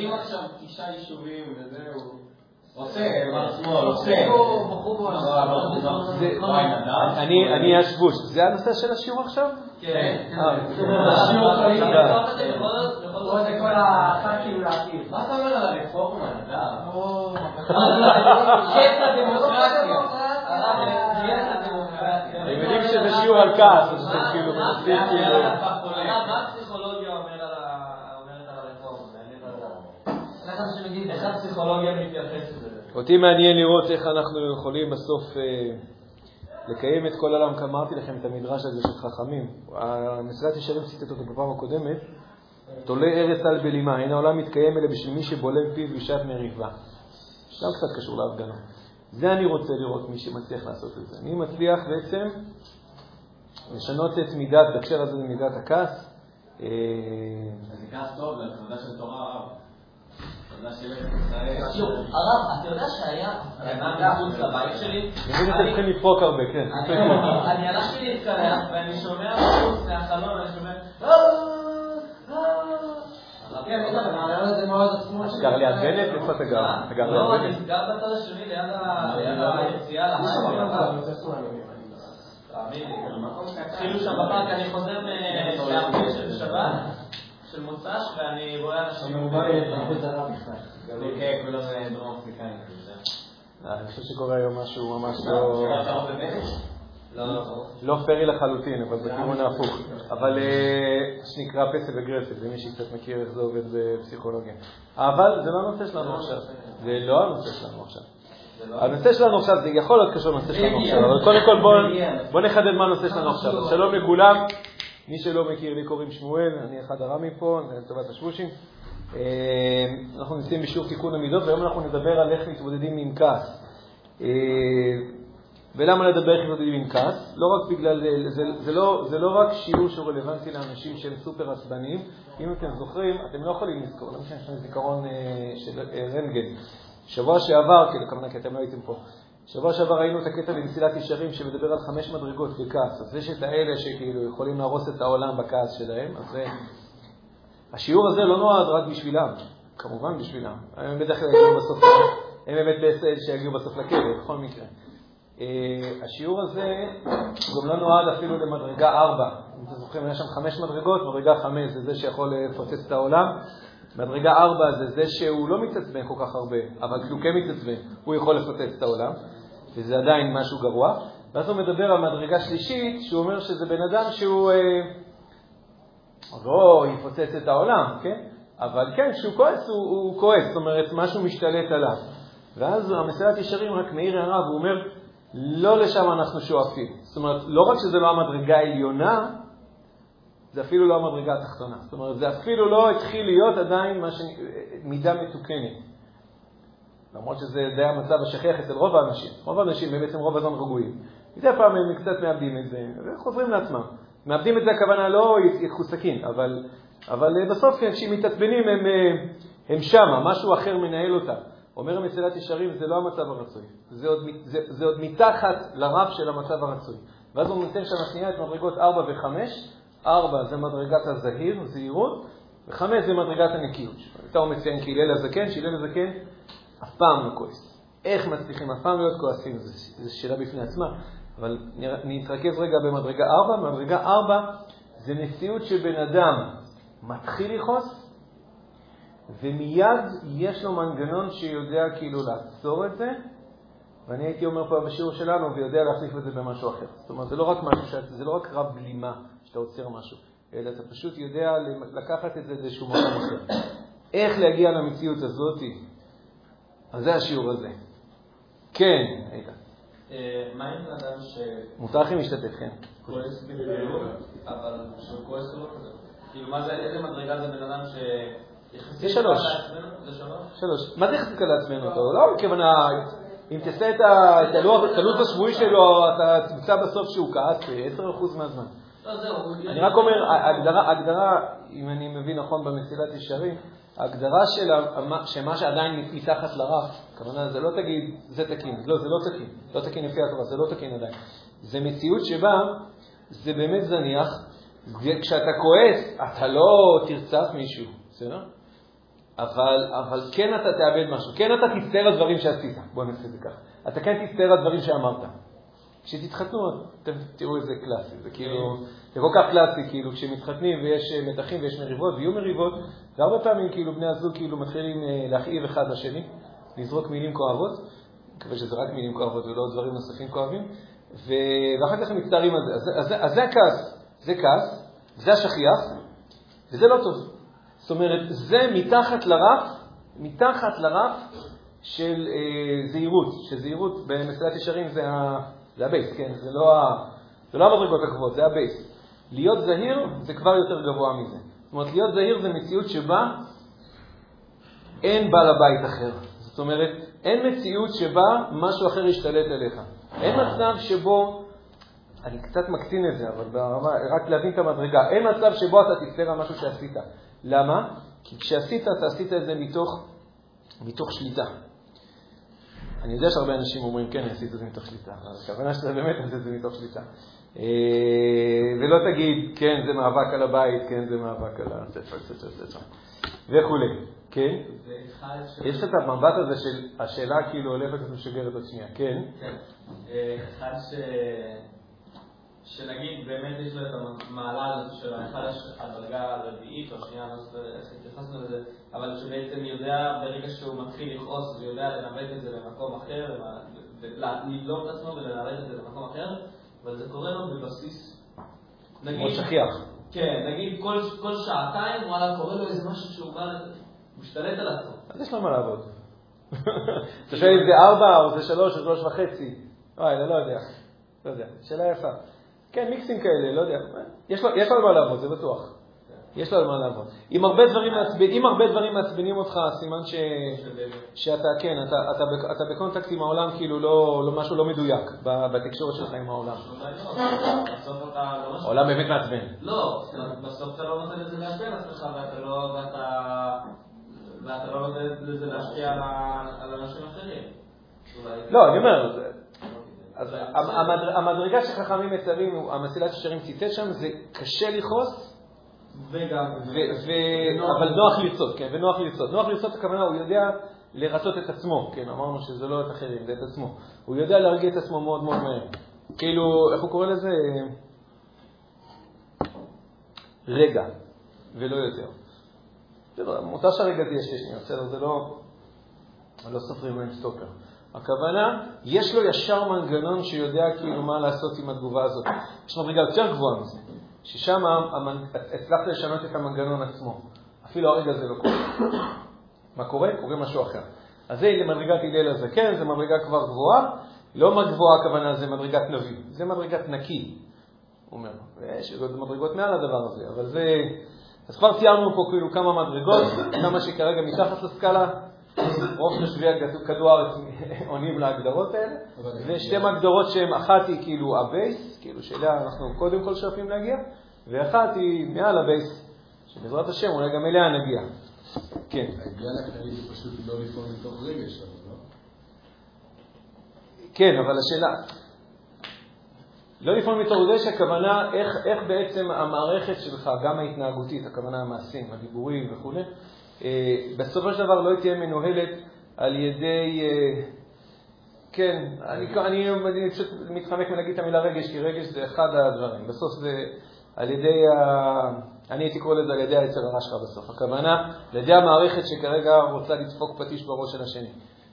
אם עכשיו 9 יישובים וזהו, עושה, עושה. אני אשבוש. זה הנושא של השיעור עכשיו? כן. השיעור חלילה. זה כל הח"כים להכיר. מה אתה אומר על הרפורמה, נדב? קץ הדמוקרטיה. הם יודעים שזה שיעור על כעס, אז אתם כאילו מנסים כאילו... מה הפסיכולוגיה אומרת על הרפורמה? איך הפסיכולוגיה מתייחסת לזה? אותי מעניין לראות איך אנחנו יכולים בסוף לקיים את כל העולם. אמרתי לכם את המדרש הזה של חכמים. המסילת ישרים ציטט אותו בפעם הקודמת. תולה ארץ על בלימה, הנה העולם מתקיים אלה בשביל מי שבולם פיו בשעת מריבה. שם קצת קשור להפגנה. זה אני רוצה לראות מי שמצליח לעשות את זה. אני מצליח בעצם לשנות את מידת, בהקשר הזה זה מידת הכעס. זה כעס טוב, זה תודה של תורה הרב. תודה של ישראל. הרב, אתה יודע שהיה... מחוץ לבית שלי? אני אתם צריכים לפרוק הרבה, כן. אני הלכתי להתקלח ואני שומע מחוץ מהחלון, אני שומע... אתה גר ליד בנט? איפה אתה גר? אתה גר ליד לא, בנט? אני גר בצד השני ליד היציאה להר. התחילו שם בפארק, אני חוזר מהפגיל של שבת, של מוצ"ש, ואני רואה אנשים... כן, כולם דרום אפריקאים. אני חושב שקורה היום משהו ממש לא פרי לחלוטין, אבל בכיוון ההפוך. אבל שנקרא פסב אגרסיב, למי שקצת מכיר איך זה עובד בפסיכולוגיה. אבל זה לא הנושא שלנו עכשיו. זה לא הנושא שלנו עכשיו. הנושא שלנו עכשיו, זה יכול להיות קשור לנושא שלנו עכשיו. אבל קודם כל בוא נחדד מה הנושא שלנו עכשיו. שלום לכולם. מי שלא מכיר, לי קוראים שמואל, אני אחד הרמי פה, זה לטובת השבושים. אנחנו נמצאים בשיעור תיקון המידות, והיום אנחנו נדבר על איך מתמודדים עם כעס. ולמה לדבר איך מתמודדים עם כעס? לא רק בגלל, זה לא רק שיעור שהוא רלוונטי לאנשים שהם סופר עצבניים. אם אתם זוכרים, אתם לא יכולים לזכור, לא משנה שיש זיכרון של רנטגן. שבוע שעבר, כמובן כי אתם לא הייתם פה, שבוע שעבר ראינו את הקטע במסילת ישרים שמדבר על 5 מדרגות בכעס. אז יש את האלה שכאילו יכולים להרוס את העולם בכעס שלהם. אז השיעור הזה לא נועד רק בשבילם, כמובן בשבילם. הם בדרך כלל יגיעו בסוף, הם באמת שיגיעו בסוף לקבר, בכל מקרה. השיעור הזה גם לא נועד אפילו למדרגה 4. אם אתם זוכרים, היה שם 5 מדרגות, מדרגה 5 זה זה שיכול לפוצץ את העולם. מדרגה 4 זה זה שהוא לא מתעצבן כל כך הרבה, אבל כשהוא כן מתעצבן, הוא יכול לפוצץ את העולם, וזה עדיין משהו גרוע. ואז הוא מדבר על מדרגה שלישית, שהוא אומר שזה בן אדם שהוא לא יפוצץ את העולם, כן? אבל כן, כשהוא כועס, הוא כועס, זאת אומרת, משהו משתלט עליו. ואז המסילת ישרים רק מאיר הערה, והוא אומר, לא לשם אנחנו שואפים. זאת אומרת, לא רק שזה לא המדרגה העליונה, זה אפילו לא המדרגה התחתונה. זאת אומרת, זה אפילו לא התחיל להיות עדיין מידה מתוקנת. למרות שזה די המצב השכיח אצל רוב האנשים. רוב האנשים בעצם רוב הזמן רגועים. מדי פעם הם קצת מאבדים את זה, וחוזרים לעצמם. מאבדים את זה הכוונה לא יקחו סכין, אבל בסוף כשהם מתעצבנים הם שמה, משהו אחר מנהל אותם. אומר המסילת ישרים, זה לא המצב הרצוי. זה עוד מתחת לרף של המצב הרצוי. ואז הוא נותן שם השנייה את מדרגות 4 ו-5. 4 זה מדרגת הזהיר, זהירות, ו5 זה מדרגת הנקיות. אתה הוא מציין שהלל הזקן אף פעם לא כועס. איך מצליחים אף פעם להיות כועסים? זו שאלה בפני עצמה. אבל נתרכז רגע במדרגה 4. מדרגה 4 זה מציאות שבן אדם מתחיל לכעוס, ומיד יש לו מנגנון שיודע כאילו לעצור את זה, ואני הייתי אומר פה בשיעור שלנו, ויודע להחליף את זה במשהו אחר. זאת אומרת, זה לא רק משהו, זה לא רק רב בלימה שאתה עוצר משהו, אלא אתה פשוט יודע לקחת את זה לאיזשהו מקום אחר. איך להגיע למציאות הזאת? אז זה השיעור הזה. כן, היית. מה עם אדם ש... מותר לכם להשתתף, כן. כועס בגללו, אבל שהוא כועס לא כזה. כאילו, איזה מדרגה זה בן אדם ש... זה 3. זה 3. מה זה יחסית לעצמנו אותו? לא, כיוונה, אם תעשה את הלו"ז השבועי שלו, אתה תמצא בסוף שהוא כעס 10% מהזמן. לא, זהו. אני רק אומר, ההגדרה, אם אני מבין נכון במסילת ישרים, ההגדרה שמה שעדיין מתחת לרף, כמובן, זה לא תגיד, זה תקין. לא, זה לא תקין. לא תקין לפי התורה, זה לא תקין עדיין. זה מציאות שבה, זה באמת זניח, כשאתה כועס, אתה לא תרצח מישהו, בסדר? אבל כן אתה תאבד משהו, כן אתה תצטער על דברים שעשית, בוא נעשה את זה ככה. אתה כן תצטער על דברים שאמרת. כשתתחתנו, אתם תראו את זה קלאסי, זה כאילו, זה כל כך קלאסי, כאילו, כשמתחתנים ויש מתחים ויש מריבות ויהיו מריבות, והרבה פעמים כאילו בני הזוג כאילו מתחילים להכאיב אחד לשני, לזרוק מילים כואבות, מקווה שזה רק מילים כואבות ולא דברים נוספים כואבים, ואחר כך הם מצטערים על זה. אז זה הכעס, זה כעס, זה השכיח, וזה לא טוב. זאת אומרת, זה מתחת לרף של זהירות, שזהירות במסילת ישרים זה הבייס, כן? זה לא המדרגות הגבוהות, זה הבייס. להיות זהיר זה כבר יותר גבוה מזה. זאת אומרת, להיות זהיר זה מציאות שבה אין בעל הבית אחר. זאת אומרת, אין מציאות שבה משהו אחר ישתלט עליך. אין מצב שבו, אני קצת מקצין את זה, אבל רק להבין את המדרגה, אין מצב שבו אתה תצטער על משהו שעשית. למה? כי כשעשית, אתה עשית את זה מתוך שליטה. אני יודע שהרבה אנשים אומרים, כן, עשית את זה מתוך שליטה. הכוונה שזה באמת עשית את זה מתוך שליטה. ולא תגיד, כן, זה מאבק על הבית, כן, זה מאבק על הצטרה, וכו'. כן? יש לך את המבט הזה של השאלה כאילו הולכת ומשגרת עוד שנייה. כן? כן. אחד שנגיד באמת יש לו את המעלה הזאת של האחד הדרגה הרביעית או השנייה, התייחסנו לזה, אבל שבעצם יודע ברגע שהוא מתחיל לכעוס ויודע לנווט את זה למקום אחר, לבלום את עצמו ולנווט את זה למקום אחר, אבל זה קורה לו בבסיס. כמו שכיח. כן, נגיד כל שעתיים וואלה קורה לו איזה משהו שהוא משתלט על עצמו. אז יש לו מה לעבוד. אתה שואל אם זה 4 או זה 3 או 3.5. לא יודע. שאלה יפה. כן, מיקסים כאלה, לא יודע. יש לו מה לעבוד, זה בטוח. יש לו מה לעבוד. אם הרבה דברים מעצבנים אותך, סימן שאתה, כן, אתה בקונטקט עם העולם, כאילו לא משהו לא מדויק בתקשורת שלך עם העולם. העולם באמת מעצבן. לא, בסוף אתה לא נותן את זה לעצבן עצמך, ואתה לא נותן לזה להשפיע על אנשים אחרים. לא, אני אומר, אז המדרגה שחכמים מצרים, המסילת ישרים ציטט שם, זה קשה לכעוס, אבל נוח לרצות, כן, ונוח לרצות. נוח לרצות הכוונה, הוא יודע לרצות את עצמו, כן, אמרנו שזה לא את אחרים, זה את עצמו. הוא יודע להרגיע את עצמו מאוד מאוד מהר. כאילו, איך הוא קורא לזה? רגע, ולא יותר. מותר שהרגע זה יש שניה, בסדר, זה לא סופרים עם סטופר. הכוונה, יש לו ישר מנגנון שיודע כאילו מה לעשות עם התגובה הזאת. יש מדרגה יותר גבוהה מזה, ששם הצלחת לשנות את המנגנון עצמו. אפילו הרגע זה לא קורה. מה קורה? קורה משהו אחר. אז זה למדרגת הילל הזה. כן, זה מדרגה כבר גבוהה. לא גבוהה הכוונה, זה מדרגת נביא. זה מדרגת נקי, הוא אומר. יש עוד מדרגות מעל הדבר הזה, אבל זה... אז כבר ציירנו פה כאילו כמה מדרגות, כמה שכרגע מתחת לסקאלה, רוב תושבי כדור הארץ עונים להגדרות האלה, ושתי הגדרות שהן, אחת היא כאילו הבייס, כאילו שאליה אנחנו קודם כל שואפים להגיע, ואחת היא מעל הבייס, שבעזרת השם אולי גם אליה נגיע. כן. העניין הכללי זה פשוט לא לפעול מתוך רגש, לא? כן, אבל השאלה, לא לפעול מתוך רגש, הכוונה איך בעצם המערכת שלך, גם ההתנהגותית, הכוונה המעשים, הדיבורים וכו', בסופו של דבר לא תהיה מנוהלת על ידי, כן, אני פשוט מתחמק מלהגיד את המילה רגש, כי רגש זה אחד הדברים. בסוף זה על ידי, אני הייתי קורא לזה על ידי היצר הרע שלך בסוף. הכוונה, על ידי המערכת שכרגע רוצה לדפוק פטיש בראש של השני.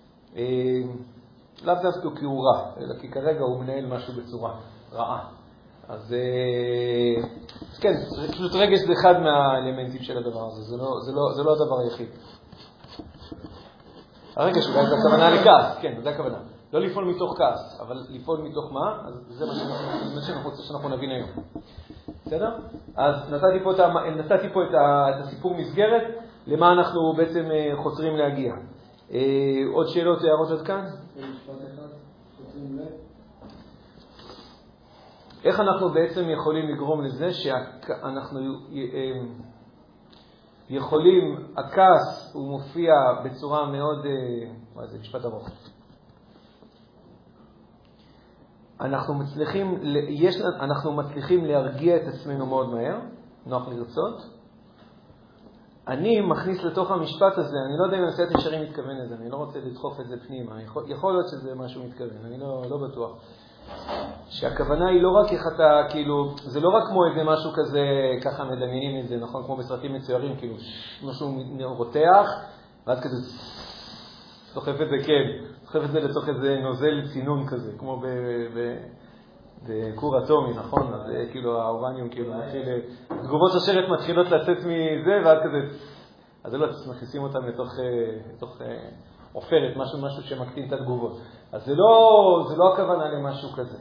לאו דווקא כי הוא רע, אלא כי כרגע הוא מנהל משהו בצורה רעה. אז כן, פשוט רגש זה אחד מהאלמנטים של הדבר הזה, זה לא הדבר היחיד. הרגש אולי זה הכוונה לכעס, כן, זה הכוונה. לא לפעול מתוך כעס, אבל לפעול מתוך מה? אז זה מה שאנחנו רוצים שאנחנו נבין היום. בסדר? אז נתתי פה את הסיפור מסגרת, למה אנחנו בעצם חותרים להגיע. עוד שאלות, הערות עד כאן? משפט אחד, חותרים ל... איך אנחנו בעצם יכולים לגרום לזה שאנחנו יכולים, הכעס הוא מופיע בצורה מאוד, זה משפט ארוך. אנחנו מצליחים להרגיע את עצמנו מאוד מהר, נוח לרצות. אני מכניס לתוך המשפט הזה, אני לא יודע אם נשיאת ישרים מתכוון לזה, אני לא רוצה לדחוף את זה פנימה, יכול להיות שזה משהו מתכוון, אני לא בטוח. שהכוונה היא לא רק איך אתה, כאילו, זה לא רק כמו איזה משהו כזה, ככה מדמיינים את זה, נכון? כמו בסרטים מצוירים, כאילו, משהו רותח, ואז כזה, סוחף את זה, כן, סוחף את זה לתוך איזה נוזל צינון כזה, כמו בכור אטומי, נכון? אז כאילו האורניום כאילו מתחיל, תגובות השרשרת מתחילות לצאת מזה, ואז כזה, אז לא מכניסים אותם לתוך עופרת, משהו שמקטין את התגובות. אז זה לא הכוונה למשהו כזה.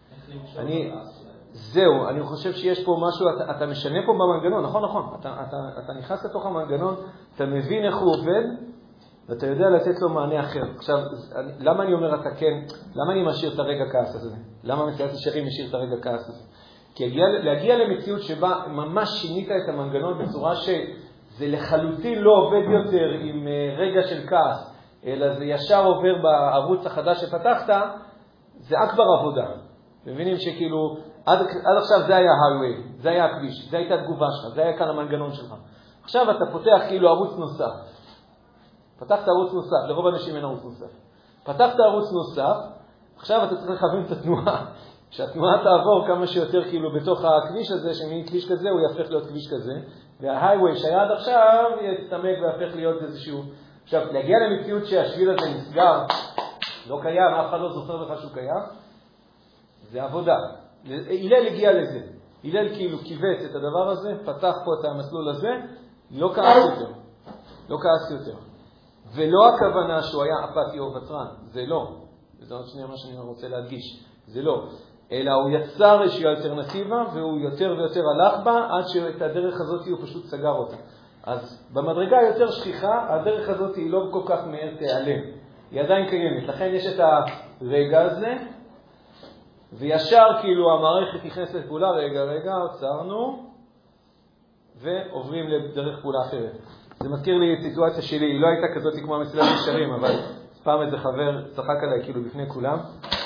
זהו, אני חושב שיש פה משהו, אתה משנה פה במנגנון, נכון, אתה נכנס לתוך המנגנון, אתה מבין איך הוא עובד, ואתה יודע לתת לו מענה אחר. עכשיו, למה אני אומר אתה כן, למה אני משאיר את הרגע כעס הזה? למה מציאת ישרים משאיר את הרגע כעס הזה? כי להגיע למציאות שבה ממש שינית את המנגנון בצורה שזה לחלוטין לא עובד יותר עם רגע של כעס, אלא זה ישר עובר בערוץ החדש שפתחת, זה אכבר עבודה. מבינים שכאילו, עד עכשיו זה היה היי-ווי, זה היה הכביש, זה הייתה התגובה שלך, זה היה כאן המנגנון שלך. עכשיו אתה פותח כאילו ערוץ נוסף. פתחת ערוץ נוסף, לרוב האנשים אין ערוץ נוסף. פתחת ערוץ נוסף, עכשיו אתה צריך לכוון את התנועה. שהתנועה תעבור כמה שיותר כאילו בתוך הכביש הזה, שמכביש כזה הוא יהפך להיות כביש כזה, וההייווי שהיה עד עכשיו יתעמק והפך להיות איזשהו... עכשיו, להגיע למציאות שהשביל הזה נסגר, לא קיים, אף אחד לא זוכר לך שהוא קיים, זה עבודה. הלל הגיע לזה. הלל כאילו קיבץ את הדבר הזה, פתח פה את המסלול הזה, לא כעס יותר. ולא הכוונה שהוא היה אפאתי או ותרן, זה לא. וזה עוד שנייה מה שאני רוצה להדגיש. זה לא. אלא הוא יצר איזושהי אלטרנטיבה, והוא יותר ויותר הלך בה, עד שאת הדרך הזאת הוא פשוט סגר אותה. אז במדרגה יותר שכיחה, הדרך הזאת היא לא כל כך מהר תיעלם. היא עדיין קיימת. לכן יש את הרגע הזה, וישר כאילו המערכת נכנסת לפעולה, רגע, עצרנו, ועוברים לדרך פעולה אחרת. זה מזכיר לי את סיטואציה שלי, היא לא הייתה כזאת כמו המסילת ישרים, אבל פעם איזה חבר צחק עליי כאילו בפני כולם,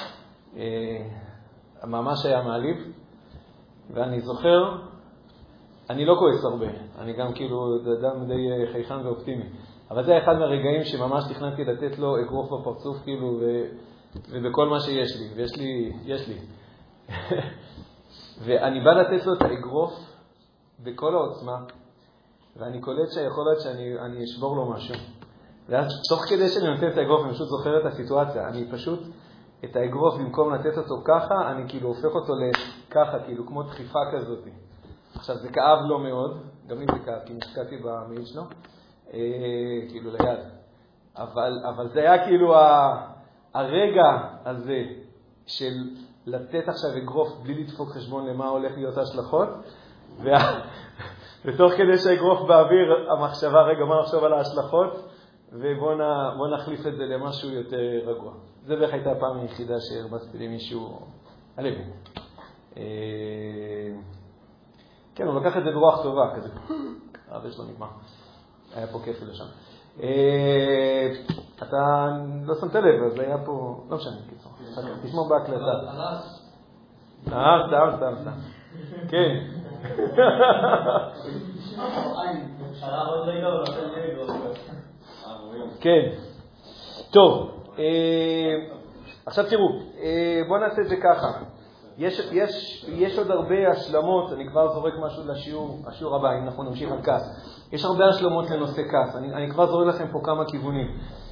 ממש היה מעליב, ואני זוכר, אני לא כועס הרבה, אני גם כאילו אדם די חייכן ואופטימי, אבל זה אחד מהרגעים שממש תכננתי לתת לו אגרוף בפרצוף כאילו, ובכל מה שיש לי, ויש לי. ואני בא לתת לו את האגרוף בכל העוצמה, ואני קולט שיכול להיות שאני אשבור לו משהו. ואז תוך כדי שאני נותן את האגרוף, אני פשוט זוכר את הסיטואציה. אני פשוט, את האגרוף, במקום לתת אותו ככה, אני כאילו הופך אותו לככה, כאילו כמו דחיפה כזאת. עכשיו, זה כאב לא מאוד, גם לי זה כאב, כי נשקעתי במעיל שלו, כאילו ליד. אבל זה היה כאילו הרגע הזה של לתת עכשיו אגרוף בלי לדפוק חשבון למה הולך להיות ההשלכות, ותוך כדי שהאגרוף באוויר, המחשבה, רגע, מה נחשוב על ההשלכות, ובוא נחליף את זה למשהו יותר רגוע. זה בערך הייתה הפעם היחידה שהרבצתי למישהו הלוי. כן, הוא לקח את זה ברוח טובה, כזה. הרבה שלו נגמר. היה פה כיף לשם. אתה לא שמת לב, אז היה פה... לא משנה, קיצור. תשמור בהקלטה. סתם. כן. כן. טוב. עכשיו תראו, בואו נעשה את זה ככה. יש עוד הרבה השלמות, אני כבר זורק משהו לשיעור הבא, אם אנחנו נמשיך על כעס. יש הרבה השלמות לנושא כעס, אני כבר זורק לכם פה כמה כיוונים.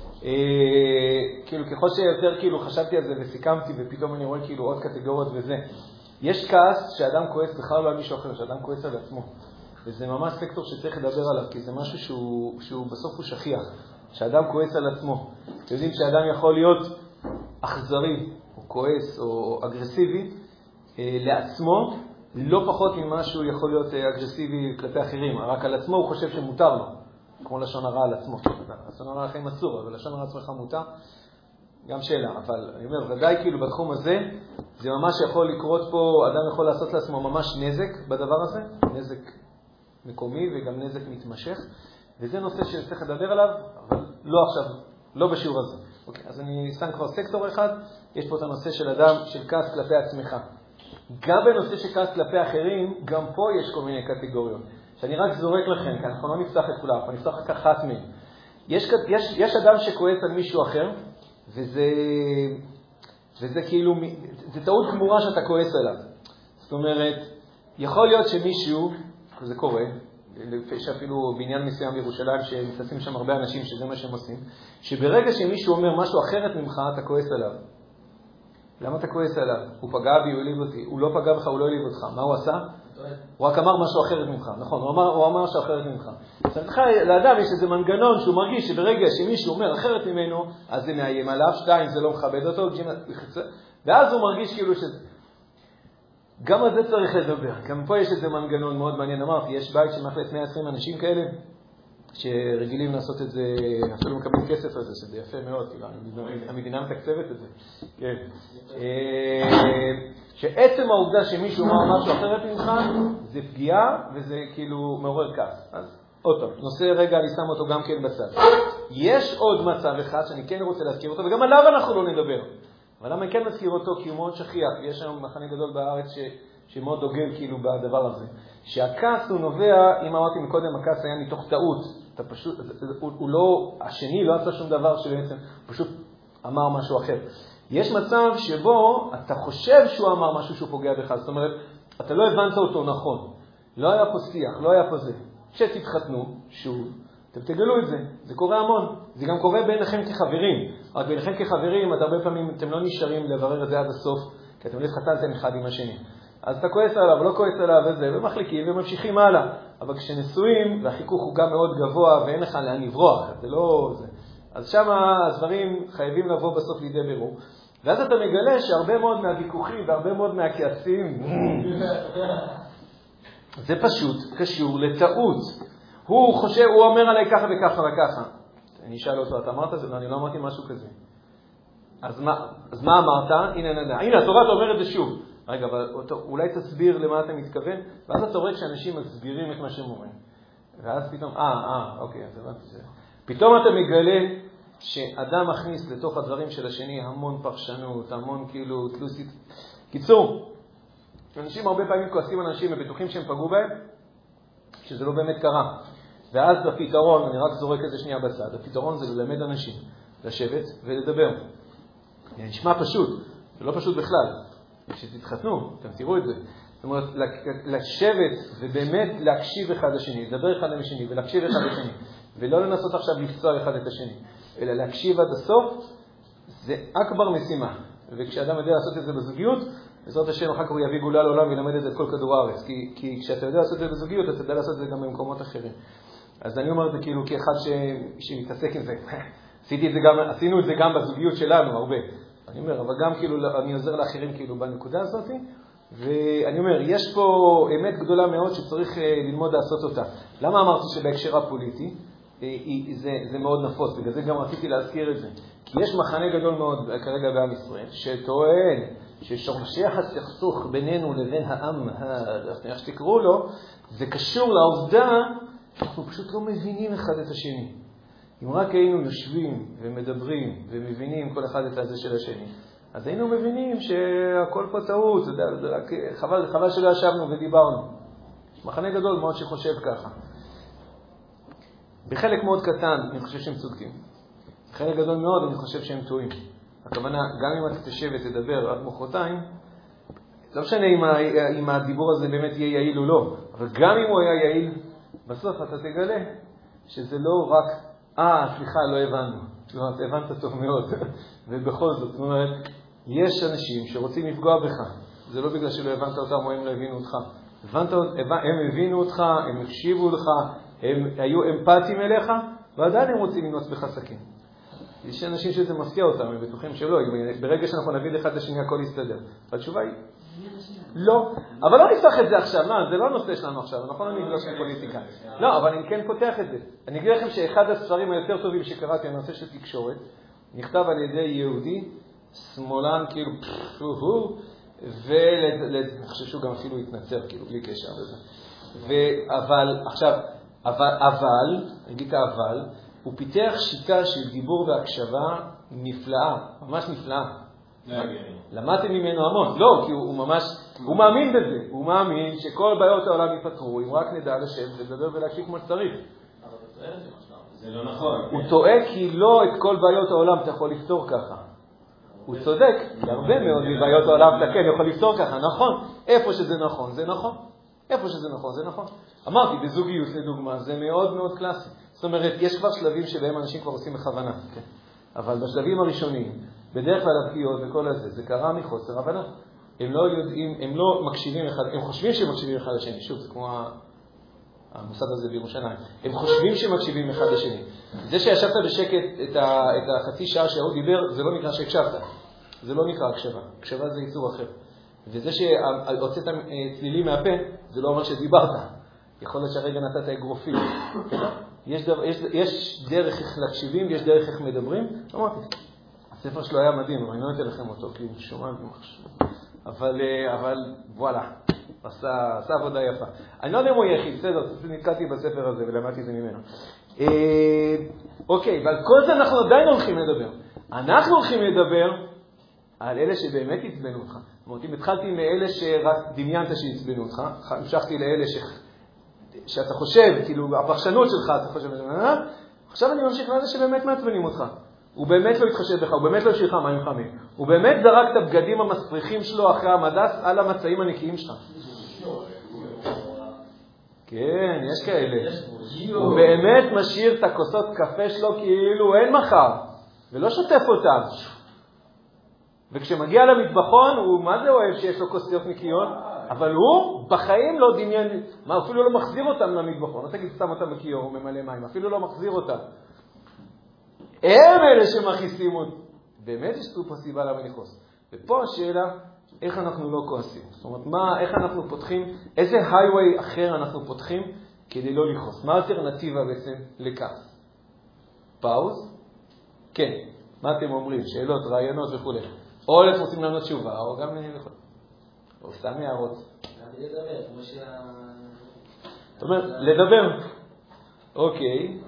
כאילו ככל שיותר כאילו חשבתי על זה וסיכמתי, ופתאום אני רואה כאילו עוד קטגוריות וזה. יש כעס שאדם כועס בכלל לא על מישהו אחר, שאדם כועס על עצמו. וזה ממש סקטור שצריך לדבר עליו, כי זה משהו שהוא בסוף הוא שכיח, שאדם כועס על עצמו. אתם יודעים שאדם יכול להיות אכזרי, או כועס, או אגרסיבי, לעצמו, לא פחות ממה שהוא יכול להיות אגרסיבי כלפי אחרים, רק על עצמו הוא חושב שמותר לו, כמו לשון הרע על עצמו. לשון הרע לכם אסור, אבל לשון הרע עצמך מותר, גם שאלה. אבל אני אומר, ודאי כאילו בתחום הזה, זה ממש יכול לקרות פה, אדם יכול לעשות לעצמו ממש נזק בדבר הזה, נזק מקומי וגם נזק מתמשך, וזה נושא שצריך לדבר עליו, אבל לא עכשיו, לא בשיעור הזה. אוקיי, אז אני שם כבר סקטור אחד, יש פה את הנושא של אדם, של כעס כלפי עצמך. גם בנושא של כעס כלפי אחרים, גם פה יש כל מיני קטגוריות. שאני רק זורק לכם, כי אנחנו לא נפתח את כולם, אנחנו נפתח רק אחת מהם. יש אדם שכועס על מישהו אחר, וזה כאילו, זה טעות גמורה שאתה כועס עליו. זאת אומרת, יכול להיות שמישהו, זה קורה, שאפילו בעניין מסוים בירושלים, שנכנסים שם הרבה אנשים שזה מה שהם עושים, שברגע שמישהו אומר משהו אחרת ממך, אתה כועס עליו. למה אתה כועס עליו? הוא פגע בי, הוא העליב אותי. הוא לא פגע בך, הוא לא העליב אותך. מה הוא עשה? הוא רק אמר משהו אחרת ממך. נכון, הוא אמר משהו אחרת ממך. עכשיו, לאדם יש איזה מנגנון שהוא מרגיש שברגע שמישהו אומר אחרת ממנו, אז זה מאיים עליו, 2, זה לא מכבד אותו, ואז הוא מרגיש כאילו שזה... גם על זה צריך לדבר. גם פה יש איזה מנגנון מאוד מעניין. אמרתי, יש בית שמחלט 120 אנשים כאלה, שרגילים לעשות את זה, אפילו מקבלים כסף על זה, שזה יפה מאוד, המדינה מתקצבת את זה. כן. שעצם העובדה שמישהו אמר משהו אחרת ממך, זה פגיעה וזה כאילו מעורר כעס. אז עוד פעם, נושא רגע, אני שם אותו גם כן בצד. יש עוד מצב אחד שאני כן רוצה להזכיר אותו, וגם עליו אנחנו לא נדבר. אבל למה אני כן מזכיר אותו? כי הוא מאוד שכיח, ויש שם מחנה גדול בארץ שמאוד דוגל כאילו בדבר הזה. שהכעס הוא נובע, אם אמרתי מקודם, הכעס היה מתוך טעות. אתה פשוט, הוא לא, השני לא עשה שום דבר שבעצם פשוט אמר משהו אחר. יש מצב שבו אתה חושב שהוא אמר משהו שהוא פוגע בך. זאת אומרת, אתה לא הבנת אותו נכון. לא היה פה שיח, לא היה פה זה. שתתחתנו, שוב, אתם תגלו את זה. זה קורה המון. זה גם קורה ביניכם כחברים. רק ביניכם כחברים, את הרבה פעמים אתם לא נשארים לברר את זה עד הסוף, כי אתם לא התחתנתם אחד עם השני. אז אתה כועס עליו, לא כועס עליו וזה, ומחליקים וממשיכים הלאה. אבל כשנשואים, והחיכוך הוא גם מאוד גבוה, ואין לך לאן לברוח, זה לא זה. אז שם הדברים חייבים לבוא בסוף לידי בירור. ואז אתה מגלה שהרבה מאוד מהוויכוחים והרבה מאוד מהכעסים, זה פשוט קשור לטעות. הוא חושב, הוא אומר עליי ככה וככה וככה. אני אשאל אותו, אתה אמרת זה? אני לא אמרתי משהו כזה. אז מה אמרת? הנה, התורה אומרת את זה שוב. רגע, אבל אולי תסביר למה אתה מתכוון, ואז אתה רואה כשאנשים מסבירים את מה שהם אומרים. ואז פתאום, אוקיי, אז הבנתי זה. פתאום אתה מגלה שאדם מכניס לתוך הדברים של השני המון פרשנות, המון כאילו תלוסית. קיצור, אנשים הרבה פעמים כועסים אנשים ובטוחים שהם פגעו בהם, שזה לא באמת קרה. ואז הפתרון, אני רק זורק את זה שנייה בצד, הפתרון זה ללמד אנשים, לשבת ולדבר. נשמע פשוט, זה לא פשוט בכלל. כשתתחתנו, אתם תראו את זה. זאת אומרת, לשבת ובאמת להקשיב אחד לשני, לדבר אחד לשני ולהקשיב אחד לשני, ולא לנסות עכשיו לפצוע אחד את השני, אלא להקשיב עד הסוף, זה אכבר משימה. וכשאדם יודע לעשות את זה בזוגיות, בעזרת השם אחר כך הוא יביא גאולה לעולם וילמד את זה את כל כדור הארץ. כי כשאתה יודע לעשות את זה בזוגיות, אתה יודע לעשות את זה גם במקומות אחרים. אז אני אומר את זה כאילו כאחד שמתעסק עם זה. עשינו את זה גם בזוגיות שלנו הרבה. אני אומר, אבל גם כאילו אני עוזר לאחרים כאילו בנקודה הזאת, ואני אומר, יש פה אמת גדולה מאוד שצריך ללמוד לעשות אותה. למה אמרתי שבהקשר הפוליטי זה מאוד נפוץ? בגלל זה גם רציתי להזכיר את זה. כי יש מחנה גדול מאוד כרגע בעם ישראל, שטוען ששורשי הסכסוך בינינו לבין העם, איך שתקראו לו, זה קשור לעובדה שאנחנו פשוט לא מבינים אחד את השני. אם רק היינו יושבים ומדברים ומבינים כל אחד את הזה של השני, אז היינו מבינים שהכל פה טעות, חבל שלא ישבנו ודיברנו. יש מחנה גדול מאוד שחושב ככה. בחלק מאוד קטן אני חושב שהם צודקים. בחלק גדול מאוד אני חושב שהם טועים. הכוונה, גם אם אתה תשב ותדבר עד מחרתיים, לא משנה אם הדיבור הזה באמת יהיה יעיל או לא, אבל גם אם הוא היה יעיל, בסוף אתה תגלה שזה לא רק סליחה, לא הבנו. הבנת טוב מאוד. ובכל זאת, זאת אומרת, יש אנשים שרוצים לפגוע בך. זה לא בגלל שלא הבנת אותם או הם לא הבינו אותך. הם הבינו אותך, הם הקשיבו לך, הם היו אמפתיים אליך, ועדיין הם רוצים לנוץ בך סכין. יש אנשים שזה מפתיע אותם, הם בטוחים שלא. ברגע שאנחנו נביא לך את השני, הכל יסתדר. והתשובה היא, לא. אבל לא נפתח את זה עכשיו, זה לא הנושא שלנו עכשיו, נכון? אני לא של פוליטיקה. לא, אבל אני כן פותח את זה. אני אגיד לכם שאחד הספרים היותר טובים שקראתי, הנושא של תקשורת, נכתב על ידי יהודי, שמאלן, כאילו, ואני חושב שהוא גם אפילו התנצר, כאילו, בלי קשר לזה. אבל, עכשיו, אני אגיד אבל, הוא פיתח שיטה של דיבור והקשבה נפלאה, ממש נפלאה. למדתם ממנו המון. לא, כי הוא ממש, הוא מאמין בזה, הוא מאמין שכל בעיות העולם ייפתרו, אם רק נדע לשבת ולדבר ולהקשיב כמו שצריך. אבל אתה טועה את זה משהו. זה לא נכון. הוא טועה כי לא את כל בעיות העולם אתה יכול לפתור ככה. הוא צודק, הרבה מאוד מבעיות העולם אתה כן יכול לפתור ככה, נכון? איפה שזה נכון, זה נכון. איפה שזה נכון, זה נכון. אמרתי, בזוגיות לדוגמה, זה מאוד מאוד קלאסי. זאת אומרת, יש כבר שלבים שבהם אנשים כבר עושים בכוונה, כן? אבל בשלבים הראשונים, בדרך כלל הפגיעות וכל הזה, זה קרה מחוסר הבנה. הם לא יודעים, הם לא מקשיבים אחד, הם חושבים שהם מקשיבים אחד לשני, שוב, זה כמו המוסד הזה בירושלים. הם חושבים שהם מקשיבים אחד לשני. זה שישבת בשקט את החצי שעה שההוא דיבר, זה לא נקרא שהקשבת. זה לא נקרא הקשבה. הקשבה זה ייצור אחר. וזה שהוצאת צלילים מהפה, זה לא אומר שדיברת. יכול להיות שהרגע נתת אגרופים. יש דרך איך להקשיבים, יש דרך איך מדברים. אמרתי, הספר שלו היה מדהים, אבל אני לא אתן לכם אותו, כי הוא שומע ומחשב. אבל וואלה, עשה עבודה יפה. אני לא יודע אם הוא יחיד, בסדר, נתקעתי בספר הזה ולמדתי את זה ממנו. אוקיי, ועל כל זה אנחנו עדיין הולכים לדבר. אנחנו הולכים לדבר על אלה שבאמת יצבנו אותך. זאת אומרת, אם התחלתי מאלה שרק דמיינת שיצבנו אותך, המשכתי לאלה שאתה חושב, כאילו, הפרשנות שלך, אתה חושב, עכשיו אני ממשיך לאלה שבאמת מעצבנים אותך. הוא באמת לא התחשב בך, הוא באמת לא השאיר לך מים חמים. הוא באמת זרק את הבגדים המספריחים שלו אחרי המדס על המצעים הנקיים שלך. כן, יש כאלה. הוא באמת משאיר את הכוסות קפה שלו כאילו אין מחר, ולא שוטף אותם. וכשמגיע למטבחון, הוא מה זה אוהב שיש לו כוסיות נקיות? אבל הוא בחיים לא דמיין, מה, אפילו לא מחזיר אותם למטבחון. לא תגיד סתם אותם בכיור או ממלא מים, אפילו לא מחזיר אותם. הם אלה שמכניסים אותם. באמת יש פה סיבה למה לכעוס. ופה השאלה, איך אנחנו לא כועסים? זאת אומרת, איך אנחנו פותחים, איזה הייווי אחר אנחנו פותחים כדי לא לכעוס? מה האלטרנטיבה בעצם לכעס? פאוז? כן. מה אתם אומרים? שאלות, רעיונות וכו'. או אתם רוצים לענות תשובה, או גם או סתם הערות. לדבר, כמו זאת אומרת, לדבר. אוקיי.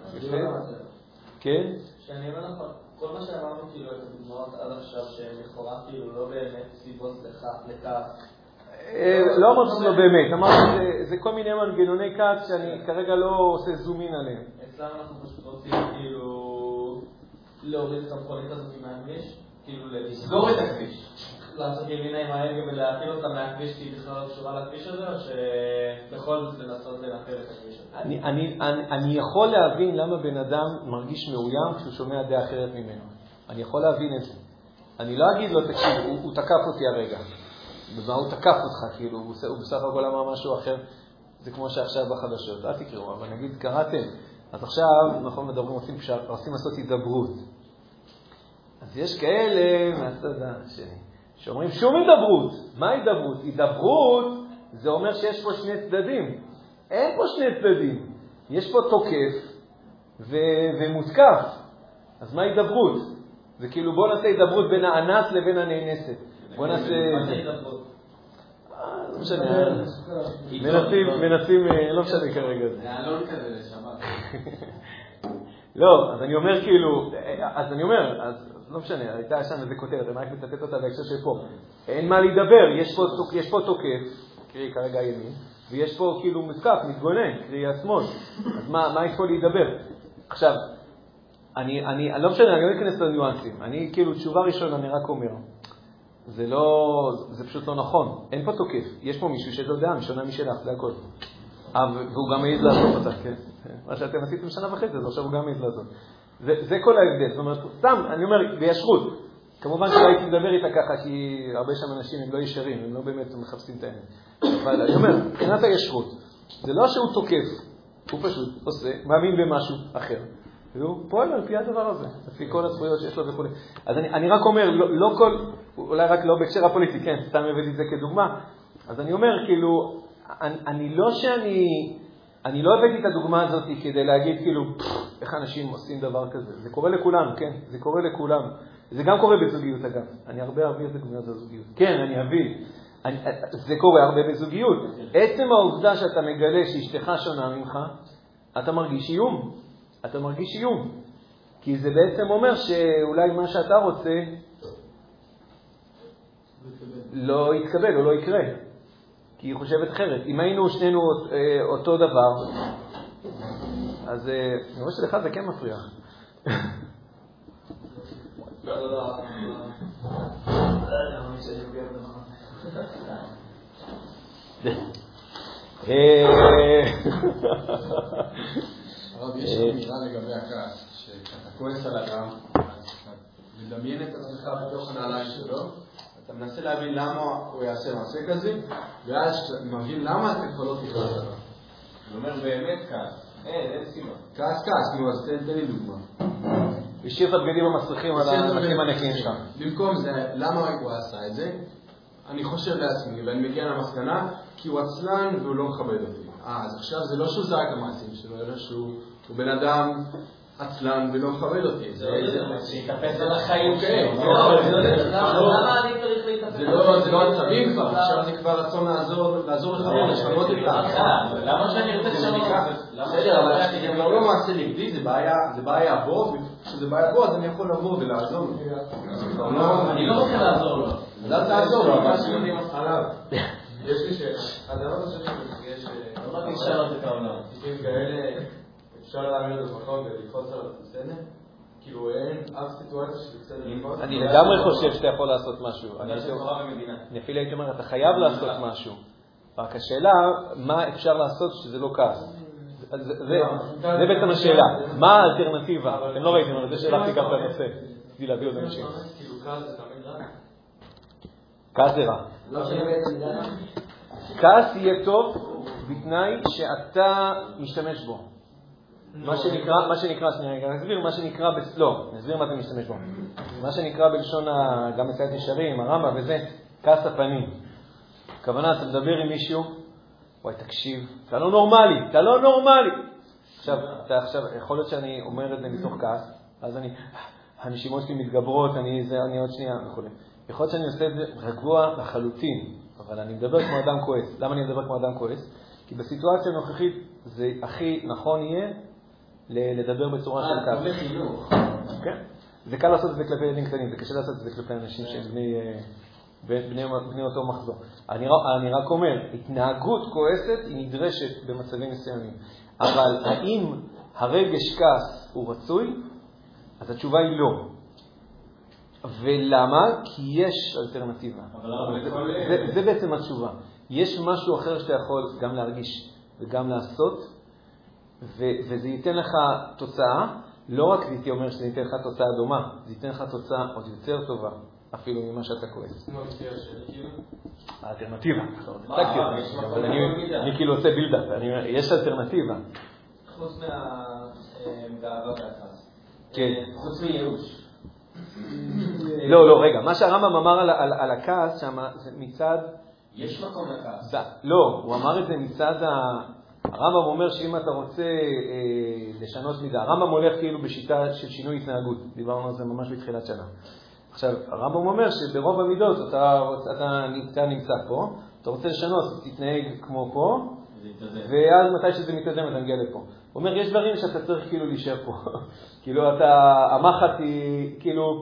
כן? שאני אומר נכון, כל מה שאמרנו כאילו את הדוגמאות עד עכשיו שהן לכאורה כאילו לא באמת סיבות לכעס. לא אמרתי שזה לא באמת, אמרתי זה כל מיני מנגנוני כעס שאני כרגע לא עושה זומין עליהם. אצלם אנחנו פשוט רוצים כאילו להוריד את המכונית הזאת מהכביש, כאילו לסגור את הכביש. לעשות ימינה עם ההגה ולהפיל אותה מהכביש כי היא בכלל לא קשורה לכביש הזה, או שבכל זאת לנסות לנפל את הכביש הזה? אני יכול להבין למה בן אדם מרגיש מאוים כשהוא שומע דעה אחרת ממנו. אני יכול להבין את זה. אני לא אגיד לו, תקשיב, הוא תקף אותי הרגע. במה הוא תקף אותך, כאילו, הוא בסך הכל אמר משהו אחר. זה כמו שעכשיו בחדשות. אל תקראו, אבל נגיד, קראתם. אז עכשיו, נכון, מדברים, רוצים לעשות הידברות. אז יש כאלה מהצד השני. שאומרים שום הידברות. מה הידברות? הידברות זה אומר שיש פה שני צדדים. אין פה שני צדדים. יש פה תוקף ומותקף. אז מה הידברות? זה כאילו בוא נעשה הידברות בין האנס לבין הנאנסת. בוא נעשה... מה זה הידברות? לא משנה. מנסים, לא משנה כרגע. זה אלון כזה לשבת. לא, אז אני אומר כאילו, אז לא משנה, הייתה שם איזה כותרת, אני רק מצטט אותה בהקשר שפה. אין מה להידבר, יש פה תוקף, קרי כרגע ימין, ויש פה כאילו מותקף, מתגונן, קרי השמאל. אז מה יש פה להידבר? עכשיו, אני לא משנה, אני לא אכנס לניואנסים. אני כאילו, תשובה ראשונה, אני רק אומר, זה פשוט לא נכון. אין פה תוקף. יש פה מישהו שיש לו דעה משונה משלך, זה הכל. והוא גם מעיד לעשות אותה, כן. מה שאתם עשיתם שנה וחצי, אז עכשיו הוא גם מעיד לעשות. זה כל ההבדל. זאת אומרת, סתם, אני אומר, בישרות. כמובן שלא הייתי מדבר איתה ככה, כי הרבה שם אנשים הם לא ישרים, הם לא באמת מחפשים את האמת. אבל אני אומר, מבחינת הישרות, זה לא שהוא תוקף, הוא פשוט עושה, מאמין במשהו אחר. והוא פועל על פי הדבר הזה, לפי כל הזכויות שיש לו וכו'. אז אני רק אומר, לא כל, אולי רק לא בהקשר הפוליטי, כן, סתם הבאתי את זה כדוגמה. אז אני אומר, כאילו, אני לא הבאתי את הדוגמה הזאת כדי להגיד, כאילו, איך אנשים עושים דבר כזה. זה קורה לכולם, כן? זה קורה לכולם. זה גם קורה בזוגיות, אגב. אני הרבה אביא את דוגמאות הזוגיות. כן, אני אביא. זה קורה הרבה בזוגיות. עצם העובדה שאתה מגלה שאשתך שונה ממך, אתה מרגיש איום. אתה מרגיש איום. כי זה בעצם אומר שאולי מה שאתה רוצה לא יתקבל או לא יקרה. כי היא חושבת אחרת. אם היינו שנינו אותו דבר, אז אני רואה שלך זה כן מפריע. הרב, יש אמירה לגבי הכעס, שאתה כועס על אדם, לדמיין את עצמך בתוך הנעליים שלו, אתה מנסה להבין למה הוא יעשה מעשה כזה, ואז כשאתה מבין למה אתה כבר לא תכעס עליו. הוא אומר באמת כעס. אין סיבה. כעס, נו, אז תן לי דוגמה. השאיר את הבגדים המסריחים על הנקים הנקיים שלך. במקום זה, למה הוא עשה את זה? אני חושב לעצמי, ואני מגיע למסקנה, כי הוא עצלן והוא לא מכבד אותי. אז עכשיו זה לא שהוא זרק המעשים שלו, אלא שהוא בן אדם עצלן ולא מכבד אותי. זה להתאפס על החיים שלו. למה אני צריך להתאפס? זה לא עצבים כבר, עכשיו זה כבר רצון לעזור לך ולשנות את זה. למה שאני רוצה לשנות את זה? בסדר, אבל זה גם לא מעשה נגדי, זה בעיה בו, וכשזה בעיה בו אז אני יכול לבוא ולעזור לו. אני לא רוצה לעזור לו. אז אל תעזור לו, אבל שיודעים עליו. יש לי שאלה, אני לא חושב שיש... לא רק נשאר את העולם. תיקים כאלה, אפשר להעמיד אותו בחוק וללחוץ עליו בסדר? כאילו אין אף סיטואציה שבסדר. אני לגמרי חושב שאתה יכול לעשות משהו. אני שתורה במדינה. אני אפילו הייתי אומר, אתה חייב לעשות משהו. רק השאלה, מה אפשר לעשות שזה לא כעס? זה בעצם השאלה. מה האלטרנטיבה? אתם לא ראיתם, אבל זה שלחתי גם את הנושא. כדי להביא עוד אנשים. כאילו כעס זה תמיד רע? כעס זה רע. כעס יהיה טוב בתנאי שאתה משתמש בו. מה שנקרא, נסביר מה אתה משתמש בו. מה שנקרא בלשון גם מסייעת ישרים, הרמב"ם וזה, כעס הפנים. הכוונה, אתה מדבר עם מישהו, וואי, תקשיב, אתה לא נורמלי. עכשיו, יכול להיות שאני אומר את זה מתוך כעס, אז הנשימות שלי מתגברות, אני עוד שנייה וכו'. יכול להיות שאני עושה את זה רגוע לחלוטין, אבל אני מדבר כמו אדם כועס. למה אני מדבר כמו אדם כועס? כי בסיטואציה הנוכחית זה הכי נכון יהיה לדבר בצורה של כעס. זה חינוך. כן. זה קל לעשות את זה כלפי ילדים קטנים, זה קשה לעשות את זה כלפי אנשים שהם בני אותו מחזור. אני רק אומר, התנהגות כועסת היא נדרשת במצבים מסוימים. אבל האם הרגש כעס הוא רצוי? אז התשובה היא לא. ולמה? כי יש אלטרנטיבה. זה בעצם התשובה. יש משהו אחר שאתה יכול גם להרגיש וגם לעשות, וזה ייתן לך תוצאה. לא רק זה אומר שזה ייתן לך תוצאה דומה, זה ייתן לך תוצאה עוד יותר טובה, אפילו ממה שאתה כועס. האלטרנטיבה. אני כאילו עושה בילדה, יש אלטרנטיבה. חוץ מהגאווה והכעס. כן. חוץ מייאוש. לא, רגע. מה שהרמב"ם אמר על הכעס שם, זה מצד... יש מקום לכעס. לא, הוא אמר את זה מצד הרמב"ם אומר שאם אתה רוצה לשנות מידה, הרמב"ם הולך כאילו בשיטה של שינוי התנהגות. דיברנו על זה ממש בתחילת שנה. עכשיו, הרמב"ם אומר שברוב המידות אתה נמצא פה, אתה רוצה לשנות, תתנהג כמו פה, ואז מתי שזה מתקדם אתה מגיע לפה. הוא אומר, יש דברים שאתה צריך כאילו להישאר פה. כאילו, המחט היא, כאילו,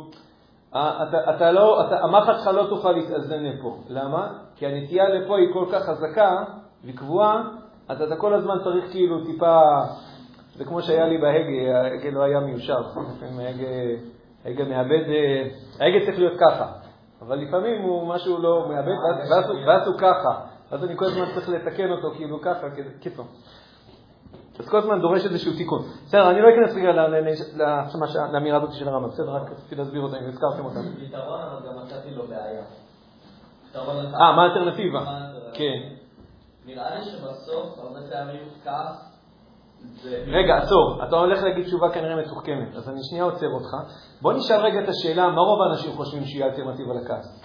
המחט שלך לא תוכל להתאזן לפה. למה? כי הנטייה לפה היא כל כך חזקה וקבועה, אז אתה כל הזמן צריך כאילו טיפה, זה כמו שהיה לי בהגה, ההגה לא היה מיושר. ההגה מאבד, ההגה צריך להיות ככה. אבל לפעמים הוא משהו לא מאבד, ואז הוא ככה. אז אני כל הזמן צריך לתקן אותו כאילו ככה, קיצור. אז כל הזמן דורש איזשהו תיקון. בסדר, אני לא אכנס רגע לאמירה הזאת של הרמב"ם, בסדר, רק רציתי להסביר אותה, אם הזכרתם אותה. פתרון, אבל גם מצאתי לו בעיה. מה האלטרנטיבה? כן. נראה לי שבסוף, הרבה פעמים כעס, רגע, עצור, אתה הולך להגיד תשובה כנראה מתוחכמת, אז אני שנייה עוצר אותך. בוא נשאל רגע את השאלה, מה רוב האנשים חושבים שהיא אלטרנטיבה לכעס?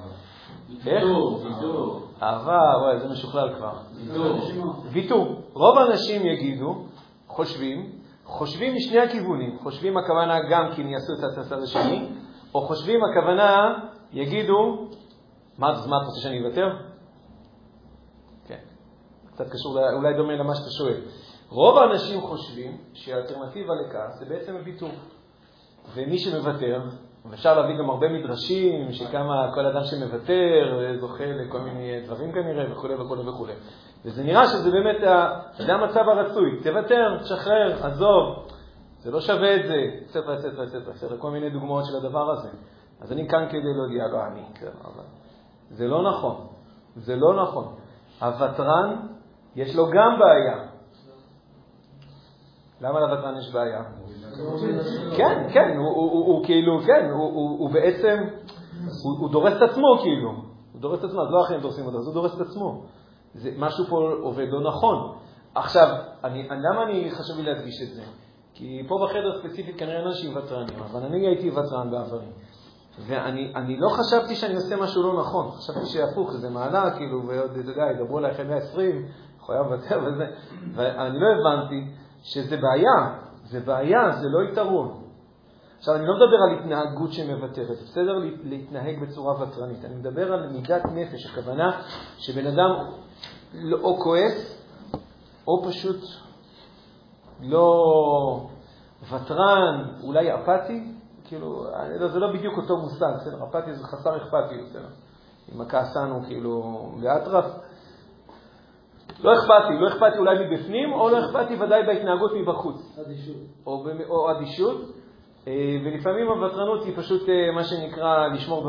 ויתור. אהבה, וואי, זה משוכלל כבר. ויתור. רוב האנשים יגידו, חושבים משני הכיוונים. חושבים הכוונה גם כי יעשו את הצד השני, או חושבים הכוונה יגידו, מה אתה רוצה שאני אוותר? כן. קצת קשור, אולי דומה למה שאתה שואל. רוב האנשים חושבים שהאלטרנטיבה לכעס זה בעצם הוויתור. ומי שמוותר, ואפשר להביא גם הרבה מדרשים, שכמה כל אדם שמוותר זוכה לכל מיני דברים כנראה, וכו' וכו' וכו'. וזה נראה שזה באמת, זה המצב הרצוי. תוותר, תשחרר, עזוב, זה לא שווה את זה, אצטרה, כל מיני דוגמאות של הדבר הזה. אז אני כאן כדי להודיע, לא אני, אבל זה לא נכון. זה לא נכון. הוותרן, יש לו גם בעיה. למה לוותרן יש בעיה? כן, כן, הוא כאילו, כן, הוא בעצם, הוא דורס את עצמו כאילו. הוא דורס את עצמו, אז לא אחרים דורסים אותו, אז הוא דורס את עצמו. משהו פה עובד לא נכון. עכשיו, למה אני חשוב לי להדגיש את זה? כי פה בחדר ספציפית כנראה אנשים ותרנים, אבל אני הייתי ותרן בעברים. ואני לא חשבתי שאני עושה משהו לא נכון. חשבתי שהפוך, זה מעלה, כאילו, ועוד, אתה יודע, ידברו עליי אחרי 120, חויה וותר וזה. ואני לא הבנתי שזה בעיה. זה בעיה, זה לא יתרון. עכשיו, אני לא מדבר על התנהגות שמוותרת. זה בסדר להתנהג בצורה ותרנית. אני מדבר על מידת נפש. הכוונה שבן אדם או כועס, או פשוט לא ותרן, אולי אפתי. כאילו, זה לא בדיוק אותו מושג, בסדר? אפתי זה חסר אכפתיות, בסדר? אם הכעסן הוא כאילו באטרף. לא אכפתי אולי מבפנים, או לא אכפתי ודאי בהתנהגות מבחוץ. אדישות. או אדישות. ולפעמים הוותרנות היא פשוט מה שנקרא לשמור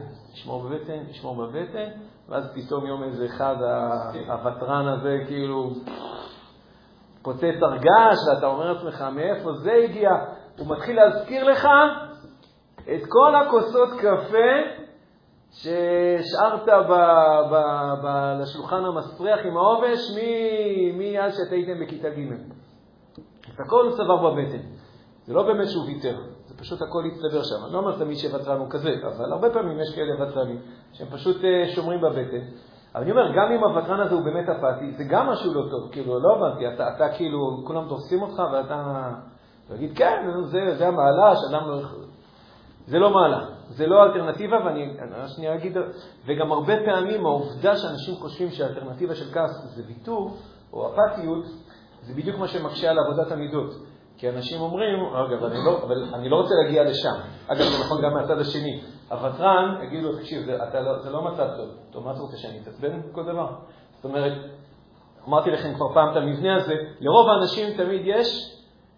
בבטן, ואז פתאום יום איזה אחד הוותרן הזה כאילו פוצץ הרגש, ואתה אומר לעצמך מאיפה זה הגיע, הוא מתחיל להזכיר לך את כל הכוסות קפה שהשארת לשולחן המספריח עם העובש מאז שאתה הייתם בכיתה ג'. את הכל הוא צבר בבטן. זה לא באמת שהוא ויתר, זה פשוט הכל יצטבר שם. אני לא אומר תמיד שוותרן הוא כזה, אבל הרבה פעמים יש כאלה ותרנים שהם פשוט שומרים בבטן. אבל אני אומר, גם אם הוותרן הזה הוא באמת אפתי, זה גם משהו לא טוב. כאילו, לא הבנתי, אתה כאילו, כולם תופסים אותך ואתה תגיד, כן, זה המעלה, שאדם לא... זה לא מעלה, זה לא אלטרנטיבה, ואני שנייה אגיד, וגם הרבה פעמים העובדה שאנשים חושבים שהאלטרנטיבה של כעס זה ויתור או אפתיות, זה בדיוק מה שמקשה על עבודת המידות. כי אנשים אומרים, אבל אני לא רוצה להגיע לשם. אגב, זה נכון גם מהצד השני. הוותרן, יגידו, תקשיב, זה לא מצב טוב. מה אתה רוצה שאני אתעצבן כל דבר? זאת אומרת, אמרתי לכם כבר פעם את המבנה הזה, לרוב האנשים תמיד יש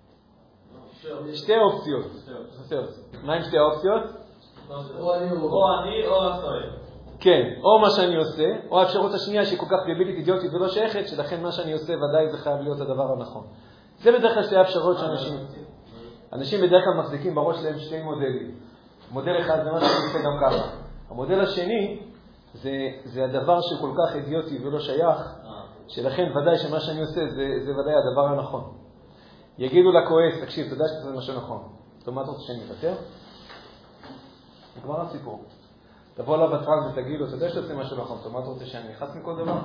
שתי אופציות. מה עם שתי האופציות? או אני או הסוער. כן, או מה שאני עושה, או האפשרות השנייה שהיא כל כך דבילית, אידיוטית ולא שייכת, שלכן מה שאני עושה ודאי זה חייב להיות הדבר הנכון. זה בדרך כלל שתי האפשרויות שאנשים בדרך כלל מחזיקים בראש להם שתי מודלים. מודל אחד זה מה שאני עושה גם ככה. המודל השני זה הדבר שכל כך אידיוטי ולא שייך, שלכן ודאי שמה שאני עושה זה ודאי הדבר הנכון. יגידו לכועס, תקשיב, אתה יודע שזה משהו נכון. זאת אומרת, רוצה שאני אוותר? נגמר הסיפור. תבוא לוותרן ותגיד לו, אתה יודע שאתה עושה משהו נכון, זאת אומרת, רוצה שאני נכנס מכל דבר?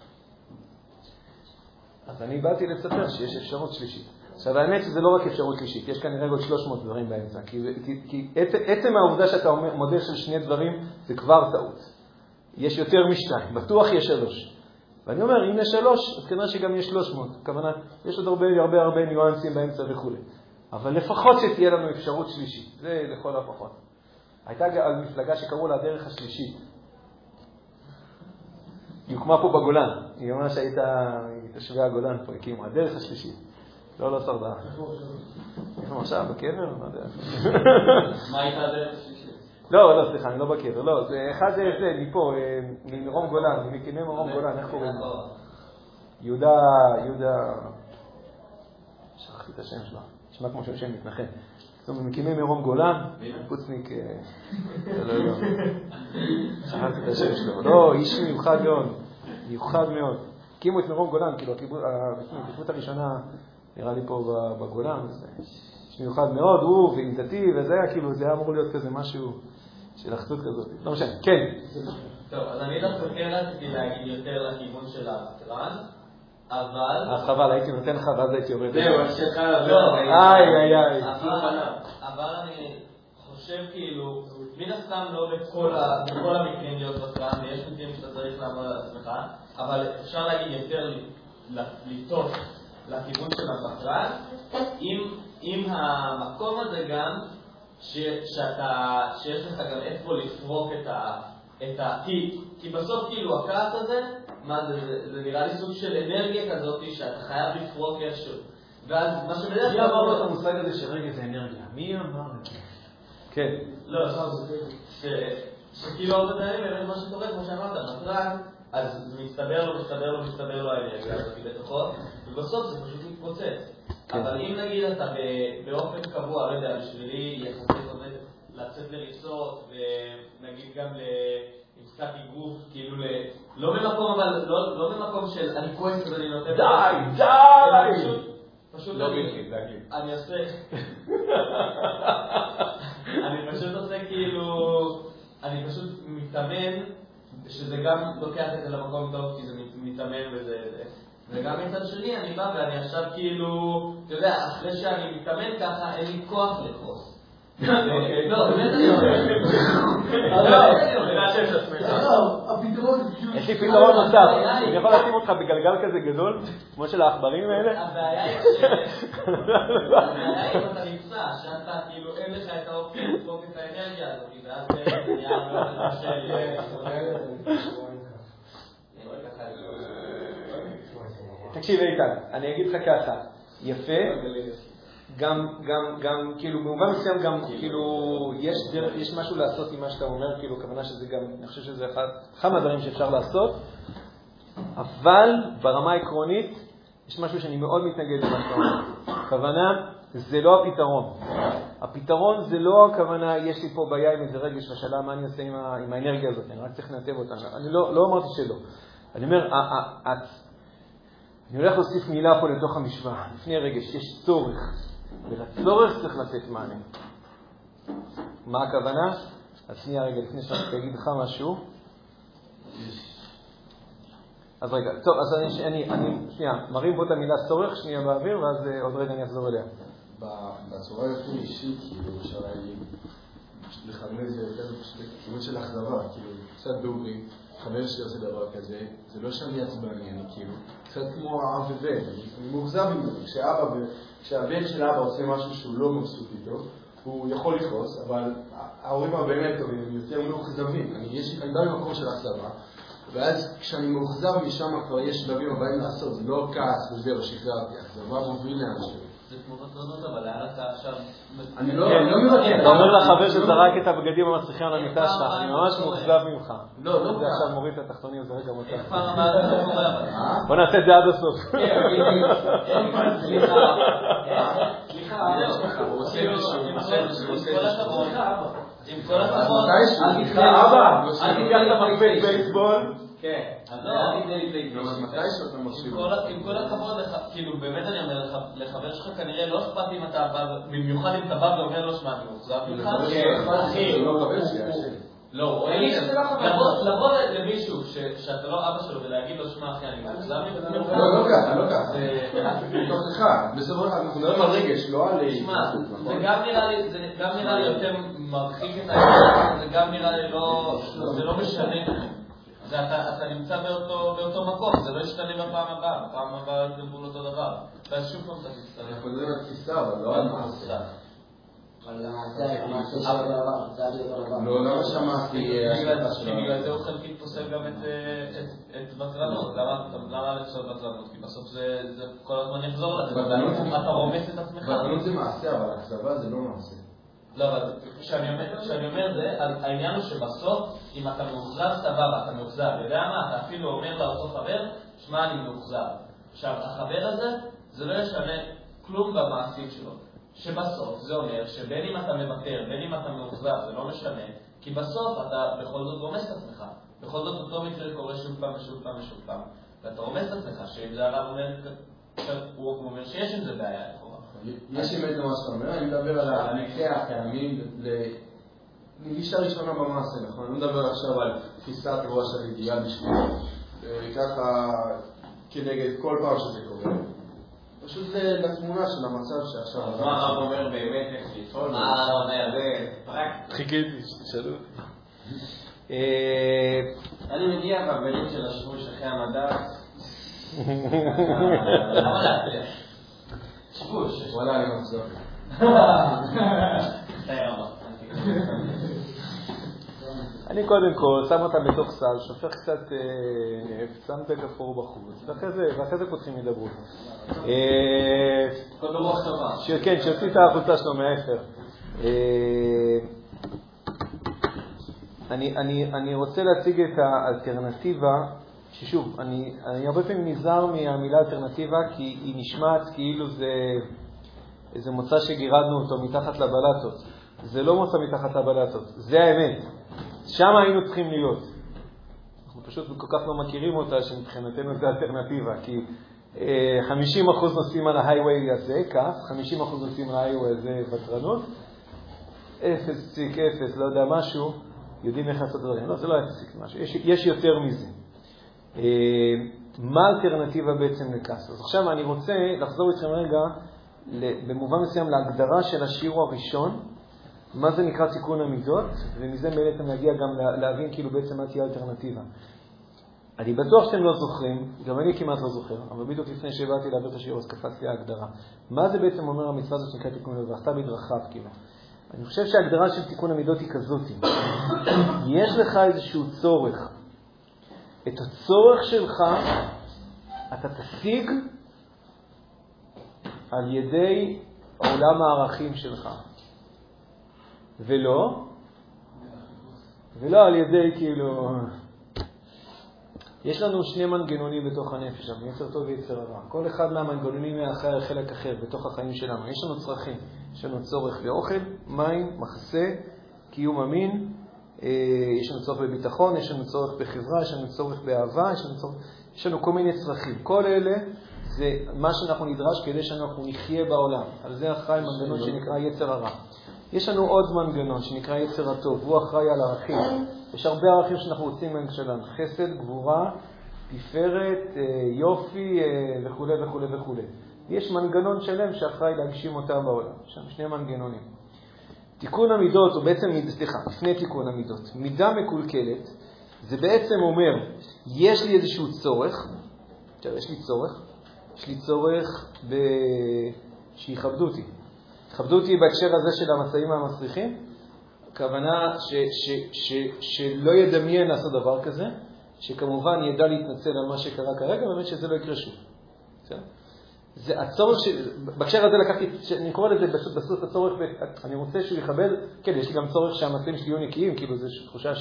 אז אני באתי לספר שיש אפשרות שלישית. עכשיו, האמת שזה לא רק אפשרות שלישית, יש כנראה עוד 300 דברים באמצע. כי עצם העובדה שאתה מודל של שני דברים, זה כבר טעות. יש יותר משתיים, בטוח יש 3. ואני אומר, אם יש 3, אז כנראה שגם יש 300. כמובן, יש עוד הרבה ניואנסים באמצע וכו'. אבל לפחות שתהיה לנו אפשרות שלישית. זה לכל הפחות. הייתה על מפלגה שקראו לה הדרך השלישית. היא הוקמה פה בגולן. היא ממש הייתה תושבי הגולן פה, הקימו. הדרך השלישית. לא שרדה. איפה עכשיו? בקבר? לא יודע. מה הייתה הדרך השלישית? לא, סליחה, אני לא בקבר. לא, זה אחד זה, מפה, ממרום גולן, ממקימי מרום גולן, איך קוראים? יהודה... שכחתי את השם שלו. נשמע כמו שם מתנחל. זאת אומרת, מקימי מרום גולן, פוצניק... לא. שכחתי את השם שלו. לא, איש מיוחד מאוד. הקימו את מרום גולן, כאילו, ההתיישבות הראשונה נראה לי פה בגולן, איש מיוחד מאוד, הוא ועם דתי, וזה היה כאילו, זה היה אמור להיות כזה משהו של אחדות כזאת. לא משנה, כן. טוב, אז אני דווקא כן רציתי להגיד יותר לכיוון של הוותרן, אבל... חבל, הייתי נותן לך ואז הייתי יורד. זהו, אני שלך לעבור. אבל אני חושב כאילו, מן הסתם לא בכל המקרים להיות ותרן, ויש מקרים שאתה צריך לעמוד על עצמך, אבל אפשר להגיד יותר לטוב לכיוון של הוותרן, אם המקום הזה גם שיש לך גם איפה לפרוק כי בסוף כאילו הכעס הזה, מה זה נראה לי סוג של אנרגיה כזאת שאתה חייב לפרוק איכשהו. ואז מה שבדרך כלל... מי אמר לו את המושג הזה שרגע זה אנרגיה? מי אמר את זה? כן. לא, שכאילו הרבה פעמים באמת מה שקורה, כמו שאמרת, מטרן, אז זה מסתבר לו האנרגיה הזאת בתוכו, ובסוף זה פשוט מתפוצץ. אבל אם נגיד אתה באופן קבוע, לא יודע, בשבילי יחסית עובד לצאת לריצות, ונגיד גם למשחק איגוף, כאילו לא במקום, אבל לא במקום של אני כועס ואני נותן... די! פשוט לא בלתי, להגיד. אני עושה... אני פשוט עושה כאילו... אני פשוט מתאמן, שזה גם לוקח את זה למקום טוב, כי זה מתאמן וזה... וגם מצד שני אני בא ואני עכשיו כאילו... אתה יודע, אחרי שאני מתאמן ככה, אין לי כוח לכעוס. לא, באמת אני אומר. יש לי פתרון נוסף, אני יכול לשים אותך בגלגל כזה גדול, כמו של העכברים האלה? הבעיה היא אם אתה נמצא, שאתה כאילו אין לך את האופן לפרוק את האנרגיה הזאת, ואז זה נהיה מאוד תקשיב איתן, אני אגיד לך ככה, יפה, גם כאילו במובן מסוים גם כאילו יש משהו לעשות עם מה שאתה אומר, כאילו כוונה שזה גם, אני חושב שזה אחד מהדברים שאפשר לעשות, אבל ברמה העקרונית יש משהו שאני מאוד מתנגד למה שאתה אומר. כוונה זה לא הפתרון. הפתרון זה לא הכוונה, יש לי פה בעיה עם איזה רגש ושאלה מה אני עושה עם האנרגיה הזאת, אני רק צריך לנתב אותה. אני לא אמרתי שלא. אני אומר, אני הולך להוסיף מילה פה לתוך המשוואה. לפני רגש, יש צורך. ולצורך צריך לתת מענה. מה הכוונה? אז שנייה רגע, לפני שאני אגיד לך משהו. אז רגע, טוב, אז אני שנייה, מרים פה את המילה צורך, שנייה באוויר, ואז עוד רגע אני אחזור אליה. בצורה יותר אישית, כאילו, אפשר להגיד, לכוון את זה יותר בכיוון של אכזבה, כאילו, קצת דוגרי, חבר שעושה דבר כזה, זה לא שאני עצבני, אני כאילו, קצת כמו האב ובן, אני מאוכזב עם זה, כשהבן של אבא עושה משהו שהוא לא מבסוט איתו, הוא יכול לכעוס, אבל ההורים הבאמת טובים, הם יותר מאוכזבים, אני בא במקום של אכזבה, ואז כשאני מאוכזב משם כבר יש שלבים הבאים לעשות, זה לא כעס וזהו, שחררתי, אכזבה מוביל לאנשים. זה כמו פטרונות, אבל לאן אתה עכשיו... אני לא מבקר. אתה אומר לחבר שזרק את הבגדים המצליחים על המיטה שלך, אני ממש מאוכזב ממך. לא זה עכשיו מוריד את התחתונים, זה רגע מוצא. איך פעם הבאה אתה קורא? בוא נעשה את זה עד הסוף. סליחה. הוא עושה מישהו. עם כל הכבוד, אל תקרא אבא. אל תיקח את המחבט בייסבול. כן, אז לא, מתישהו אתה מרשים. עם כל הכבוד, כאילו באמת אני אומר לך, לחבר שלך כנראה לא אכפת אם אתה בא, במיוחד אם אתה בא ואומר לו שמע, אני מאוכזב ממך. לא, לבוא למישהו שאתה לא אבא שלו ולהגיד לו שמע אחי, אני מאוכזב ממך. לא ככה. מתוכך. בסופו אנחנו מדברים על רגש, לא על... שמע, זה גם נראה לי יותר מרחיק את העניין, זה גם נראה לי זה לא משנה. אתה נמצא באותו מקום, זה לא ישתנה בפעם הבאה, בפעם הבאה ידברו לו אותו דבר. ואז שוב פעם אתה מצטרף. אנחנו מדברים על תפיסה, אבל לא על מעשה. אבל למעשה זה אותו דבר, זה אותו דבר. לא, למה שמעתי... כי בגלל זה הוא חלקית פוסל גם את בטרנות. למה לפסול בטרנות? כי בסוף זה כל הזמן יחזור לזה. אתה רומס את עצמך. בטרנות זה מעשה, אבל אכזבה זה לא מעשה. לא, אבל כשאני אומר זה, העניין הוא שבסוף, אם אתה מאוכזב, סבבה, אתה מאוכזב. יודע מה? אתה אפילו אומר לאותו חבר, שמע, אני מאוכזב. עכשיו, החבר הזה, זה לא ישנה כלום במעשים שלו. שבסוף זה אומר שבין אם אתה מוותר, בין אם אתה מאוכזב, זה לא משנה, כי בסוף אתה בכל זאת רומס את עצמך. בכל זאת אותו מקרה קורה שוב פעם ושוב פעם ושוב פעם. ואתה רומס את עצמך, שאם זה הרב אומר, הוא אומר שיש עם זה בעיה. יש אמת למה שאתה אומר, אני מדבר על המקרה הקיימים לגישה ראשונה במעשה, נכון? אני מדבר עכשיו על תפיסת ראש של אידיאל בשביל ככה כנגד כל פעם שזה קורה. פשוט לתמונה של המצב שעכשיו... מה הרב אומר באמת איך לפעול? מה הרב אומר? זה פרקטי. חיכיתי, תשאלו. אני מגיע בגלים של השימוש אחרי המדע. למה להצליח? שיבוש. וואלה, אני מחזור. תהיה רבה. אני קודם כל שם אותם בתוך סל, שופך קצת נפט, שם את הגפור בחוץ, ואחרי זה פותחים מדברות. כל ברוח טובה. כן, שיוציא את החולצה שלו מהאפר. אני רוצה להציג את האלטרנטיבה, ששוב, אני הרבה פעמים נזהר מהמילה אלטרנטיבה, כי היא נשמעת כאילו זה איזה מוצא שגירדנו אותו מתחת לבלטות. זה לא מוצא מתחת לבלטות, זה האמת. שם היינו צריכים להיות. אנחנו פשוט כל כך לא מכירים אותה שמבחינתנו זה אלטרנטיבה, כי 50% נוסעים על ההייווי הזה, כך, 50% נוסעים על ההייווי הזה ותרנות, 0.0, לא יודע משהו, יודעים איך לעשות דברים. לא, זה לא 0.0 משהו, יש יותר מזה. מה האלטרנטיבה בעצם לכעס? אז עכשיו אני רוצה לחזור איתכם רגע, במובן מסוים להגדרה של השיעור הראשון, מה זה נקרא תיקון המידות, ומזה בעצם להגיע גם להבין כאילו בעצם מה תהיה האלטרנטיבה. אני בטוח שאתם לא זוכרים, גם אני כמעט לא זוכר, אבל בדיוק לפני שבאתי להעביר את השיעור אז קפצתי ההגדרה. מה זה בעצם אומר המצווה הזאת שנקרא תיקון המידות? ואחתה בדרכיו כאילו. אני חושב שההגדרה של תיקון המידות היא כזאת. יש לך איזשהו צורך. את הצורך שלך אתה תשיג על ידי עולם הערכים שלך. ולא על ידי כאילו... יש לנו שני מנגנונים בתוך הנפש, יצר טוב ויצר רע. כל אחד מהמנגנונים מאחר חלק אחר בתוך החיים שלנו. יש לנו צרכים, יש לנו צורך באוכל, מים, מחסה, קיום המין, יש לנו צורך בביטחון, יש לנו צורך בחברה, יש לנו צורך באהבה, יש לנו כל מיני צרכים. כל אלה זה מה שאנחנו נדרש כדי שאנחנו נחיה בעולם. על זה אחראי מנגנון שנקרא יצר הרע. יש לנו עוד מנגנון שנקרא יצר הטוב, הוא אחראי על ערכים. יש הרבה ערכים שאנחנו רוצים מהם שלנו, חסד, גבורה, תפארת, יופי וכו' וכו' וכו'. יש מנגנון שלם שאחראי להגשים אותם בעולם. יש שם שני מנגנונים. תיקון המידות, או בעצם, לפני תיקון המידות, מידה מקולקלת, זה בעצם אומר, יש לי איזשהו צורך, יש לי צורך שיכבדו אותי. יכבדו אותי בהקשר הזה של המצעים והמסריחים, הכוונה שלא ידמיין לעשות דבר כזה, שכמובן ידע להתנצל על מה שקרה כרגע, באמת שזה לא יקרה שוב. זה הצורך בהקשר הזה לקחתי, אני קורא לזה בסוף הצורך, אני רוצה שהוא יכבד, כן, יש לי גם צורך שהמצעים שלי יהיו נקיים, כאילו זו תחושה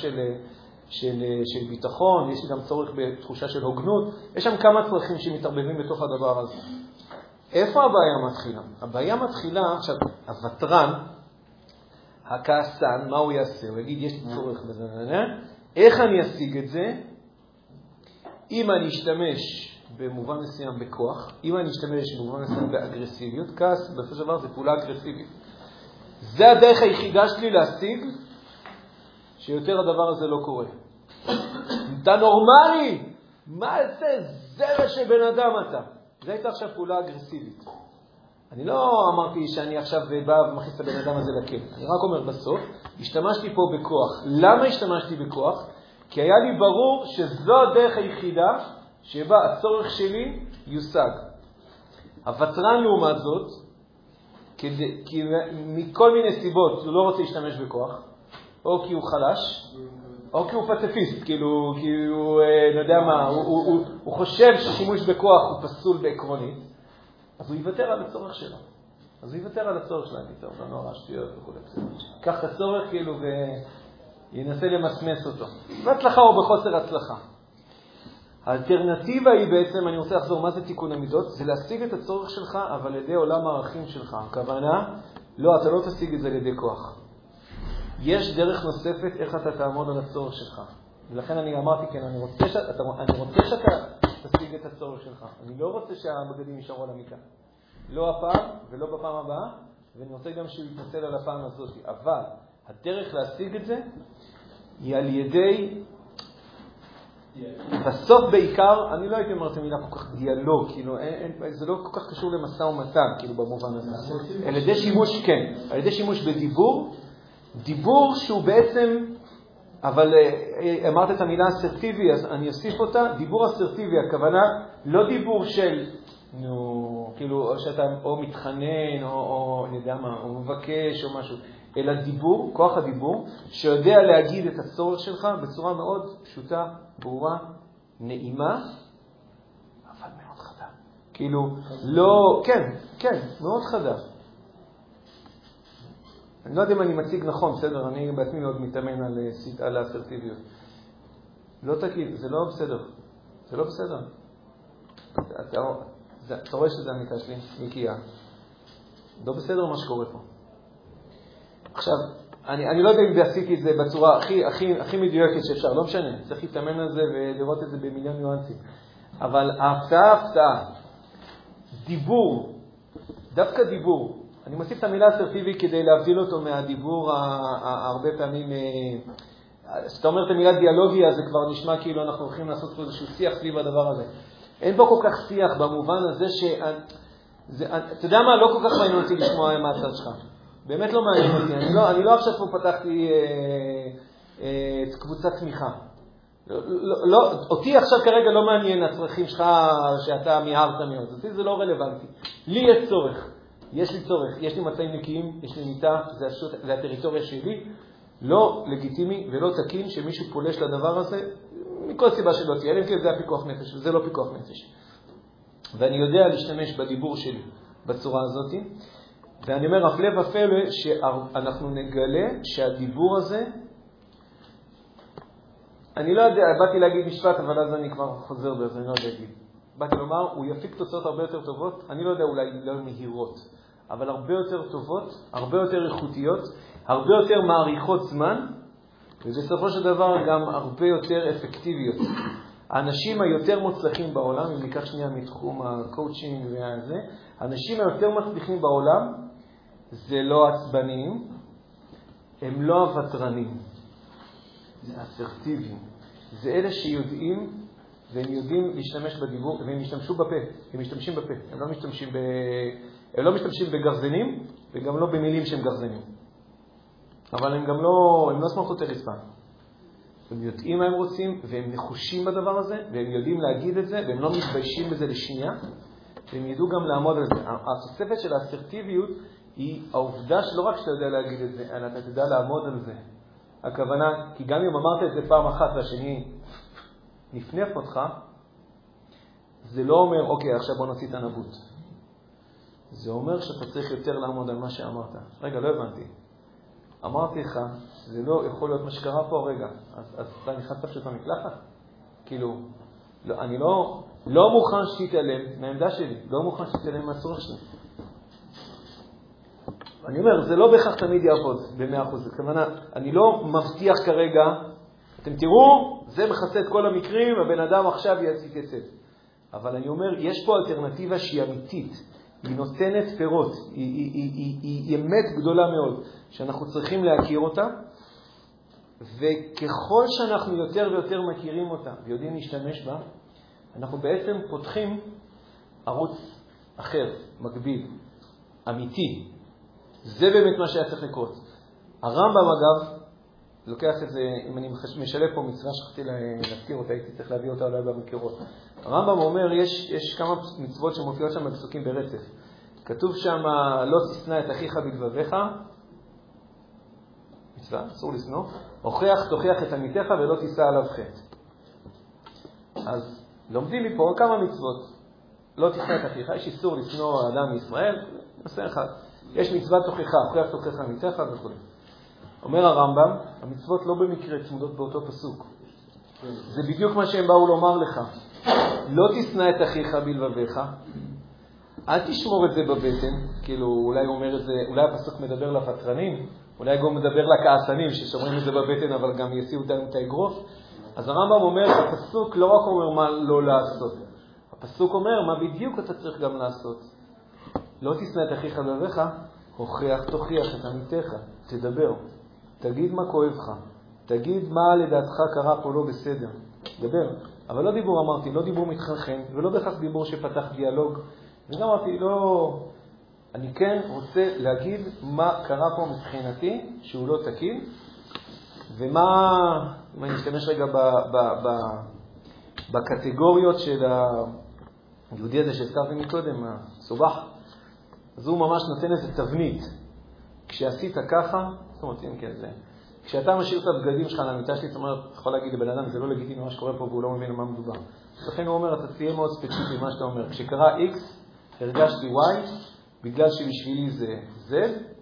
של ביטחון, יש לי גם צורך בתחושה של הוגנות, יש שם כמה צרכים שמתערבבים בתוך הדבר הזה. איפה הבעיה מתחילה? הבעיה מתחילה, עכשיו, הוותרן, הכעסן, מה הוא יעשה? הוא יגיד, יש לי צורך בזה, איך אני אשיג את זה? אם אני אשתמש במובן מסוים בכוח, אם אני אשתמש במובן מסוים באגרסיביות, כעס, בסופו של דבר זה פעולה אגרסיבית. זה הדרך היחידה שלי להשיג שיותר הדבר הזה לא קורה. אתה נורמלי? מה זה מה שבן אדם אתה? זה הייתה עכשיו פעולה אגרסיבית. אני לא אמרתי שאני עכשיו בא ומכניס את הבן אדם הזה לכלא. אני רק אומר בסוף, השתמשתי פה בכוח. למה השתמשתי בכוח? כי היה לי ברור שזו הדרך היחידה שבה הצורך שלי יושג. הוותרן לעומת זאת, כי מכל מיני סיבות הוא לא רוצה להשתמש בכוח, או כי הוא חלש, או כי הוא פציפיסט, כאילו, כי הוא, לא יודע מה, הוא חושב ששימוש בכוח הוא פסול בעקרונית, אז הוא יוותר על הצורך שלו. אז הוא יוותר על הצורך שלו, אני טוב, לא נורא שטויות וכו'. קח את הצורך כאילו וינסה למסמס אותו. בהצלחה או בחוסר הצלחה. האלטרנטיבה היא בעצם, אני רוצה לחזור, מה זה תיקון המידות? זה להשיג את הצורך שלך, אבל על ידי עולם הערכים שלך. הכוונה, לא, אתה לא תשיג את זה על ידי כוח. יש דרך נוספת איך אתה תעמוד על הצורך שלך. ולכן אני אמרתי, כן, אני רוצה שאתה תשיג את הצורך שלך. אני לא רוצה שהבגדים יישארו על המיטה. לא הפעם ולא בפעם הבאה, ואני רוצה גם שהוא יתנצל על הפעם הזאת. אבל הדרך להשיג את זה היא על ידי, בסוף בעיקר, אני לא הייתי אומר את המילה כל כך דיאלוג, כאילו, זה לא כל כך קשור למשא ומתן, כאילו במובן הזה. על ידי שימוש, כן, על ידי שימוש בדיבור, דיבור שהוא בעצם, אבל אמרת את המילה אסרטיבי, אז אני אוסיף אותה, דיבור אסרטיבי, הכוונה לא דיבור של, כאילו, או שאתה או מתחנן, או אני יודע מה, או מבקש או משהו, אלא דיבור, כוח הדיבור, שיודע להגיד את הצורך שלך בצורה מאוד פשוטה, ברורה, נעימה, אבל מאוד חדה. כאילו, לא, כן, מאוד חדה. אני לא יודע אם אני מציג נכון, בסדר, אני בעצמי מאוד מתאמן על האסרטיביות. לא תגיד, זה לא בסדר. זה לא בסדר. אתה רואה שזה המיטה שלי, מקיעה. לא בסדר מה שקורה פה. עכשיו, אני לא יודע אם עשיתי את זה בצורה הכי מדויקת שאפשר, לא משנה. צריך להתאמן על זה ולראות את זה במיליון ניואנסים. אבל ההפתעה, דיבור, דווקא דיבור, אני מוסיף את המילה אסרטיבי כדי להבדיל אותו מהדיבור הרבה פעמים, כשאתה אומר את המילה דיאלוגיה, זה כבר נשמע כאילו אנחנו הולכים לעשות פה איזשהו שיח סביב הדבר הזה. אין פה כל כך שיח במובן הזה אתה יודע מה, לא כל כך מעניין אותי לשמוע מהצד שלך. באמת לא מעניין אותי. אני לא עכשיו פה פתחתי את קבוצת תמיכה. אותי עכשיו כרגע לא מעניין הצרכים שלך שאתה מיהרת מאוד. אותי זה לא רלוונטי. לי יש צורך. יש לי צורך. יש לי מצעים נקיים, יש לי מיטה, זה הטריטוריה שלי. לא לגיטימי ולא תקין שמישהו פולש לדבר הזה, מכל סיבה שלא תהיה. אלא כי זה הפיקוח נפש, וזה לא פיקוח נפש. ואני יודע להשתמש בדיבור שלי בצורה הזאת. ואני אומר, הפלא ופלא, שאנחנו נגלה שהדיבור הזה, אני לא יודע, באתי להגיד משפט, אבל אז אני כבר חוזר בזה, אני לא יודע להגיד. באתי לומר, הוא יפיק תוצאות הרבה יותר טובות, אני לא יודע, אולי לא מהירות, אבל הרבה יותר טובות, הרבה יותר איכותיות, הרבה יותר מעריכות זמן, ובסופו של דבר גם הרבה יותר אפקטיביות. האנשים היותר מוצלחים בעולם, אם ניקח שנייה מתחום הקואוצ'ינג והזה, האנשים היותר מצליחים בעולם, זה לא עצבנים, הם לא הוותרנים, זה אסרטיביים. זה אלה שיודעים, והם יודעים להשתמש בדיבור, והם משתמשו בפה, הם משתמשים בפה, הם לא משתמשים בגרזנים, וגם לא במילים שהם גרזנים. אבל הם גם לא סמכות הרצפה. הם יודעים מה הם רוצים, והם נחושים בדבר הזה, והם יודעים להגיד את זה, והם לא מתביישים בזה לשנייה, והם ידעו גם לעמוד על זה. התוספת של האסרטיביות היא העובדה שלא רק שאתה יודע להגיד את זה, אלא אתה תדע לעמוד על זה. הכוונה, כי גם אם אמרת את זה פעם אחת והשני נפנף אותך, זה לא אומר, אוקיי, עכשיו בוא נוציא את הנבוט. זה אומר שאתה צריך יותר לעמוד על מה שאמרת. רגע, לא הבנתי. אמרתי לך, זה לא יכול להיות מה שקרה פה רגע. אז אתה נכנס פשוט במקלחת? כאילו, אני לא מוכן שתתעלם מהעמדה שלי, לא מוכן שתתעלם מהצורך שלי. אני אומר, זה לא בהכרח תמיד יעבוד ב-100%. כמובן, אני לא מבטיח כרגע, אתם תראו, זה מכסה את כל המקרים, הבן אדם עכשיו יתייצב. אבל אני אומר, יש פה אלטרנטיבה שהיא אמיתית, היא נותנת פירות, היא אמת גדולה מאוד, שאנחנו צריכים להכיר אותה, וככל שאנחנו יותר ויותר מכירים אותה ויודעים להשתמש בה, אנחנו בעצם פותחים ערוץ אחר, מקביל, אמיתי. זה באמת מה שהיה צריך לקרות. הרמב"ם אגב, לוקח את זה, אם אני משלב פה מצווה שכחתי להזכיר אותה, הייתי צריך להביא אותה אולי במקורות. הרמב"ם אומר, יש כמה מצוות שמופיעות שם בפסוקים ברצף. כתוב שם, לא תשנא את אחיך בלבביך, מצווה, אסור לשנוא, תוכיח את עמיתך ולא תישא עליו חטא. אז לומדים לי פה כמה מצוות. לא תשנא את אחיך, יש איסור לשנוא אדם מישראל, נושא אחד. יש מצוות תוכיח עמיתך וכו'. אומר הרמב"ם, המצוות לא במקרה צמודות באותו פסוק. זה בדיוק מה שהם באו לומר לך. לא תשנא את אחיך בלבביך, אל תשמור את זה בבטן, כאילו אולי הוא אומר את זה, אולי הפסוק מדבר לוותרנים, אולי גם מדבר לכעסנים ששומרים את זה בבטן אבל גם יסיעו אותנו את האגרוף. אז הרמב"ם אומר, הפסוק לא רק אומר מה לא לעשות, הפסוק אומר מה בדיוק אתה צריך גם לעשות. לא תשנא את אחיך בלבביך, תוכיח את עמיתך, תדבר, תגיד מה כואב לך, תגיד מה לדעתך קרה פה לא בסדר, דבר. אבל לא דיבור, אמרתי, לא דיבור מתחלחן, ולא בכך דיבור שפתח דיאלוג. וגם אמרתי, לא, אני כן רוצה להגיד מה קרה פה מבחינתי, שהוא לא תקין, ומה, אם אני אשתמש רגע בקטגוריות של היהודי הזה שהזכרתי מקודם, הסובח, אז הוא ממש נותן איזה תבנית כשעשית ככה, זאת אומרת, כן, זה. כשאתה משאיר את הבגדים שלך למיטה שלי, זאת אומרת, יכול להגיד לבן אדם, זה לא לגיטימי מה שקורה פה, והוא לא מבין מה מדובר. לכן הוא אומר, אתה תהיה מאוד ספציפי מה שאתה אומר. כשקרה X, הרגשתי Y, בגלל שבשבילי זה Z,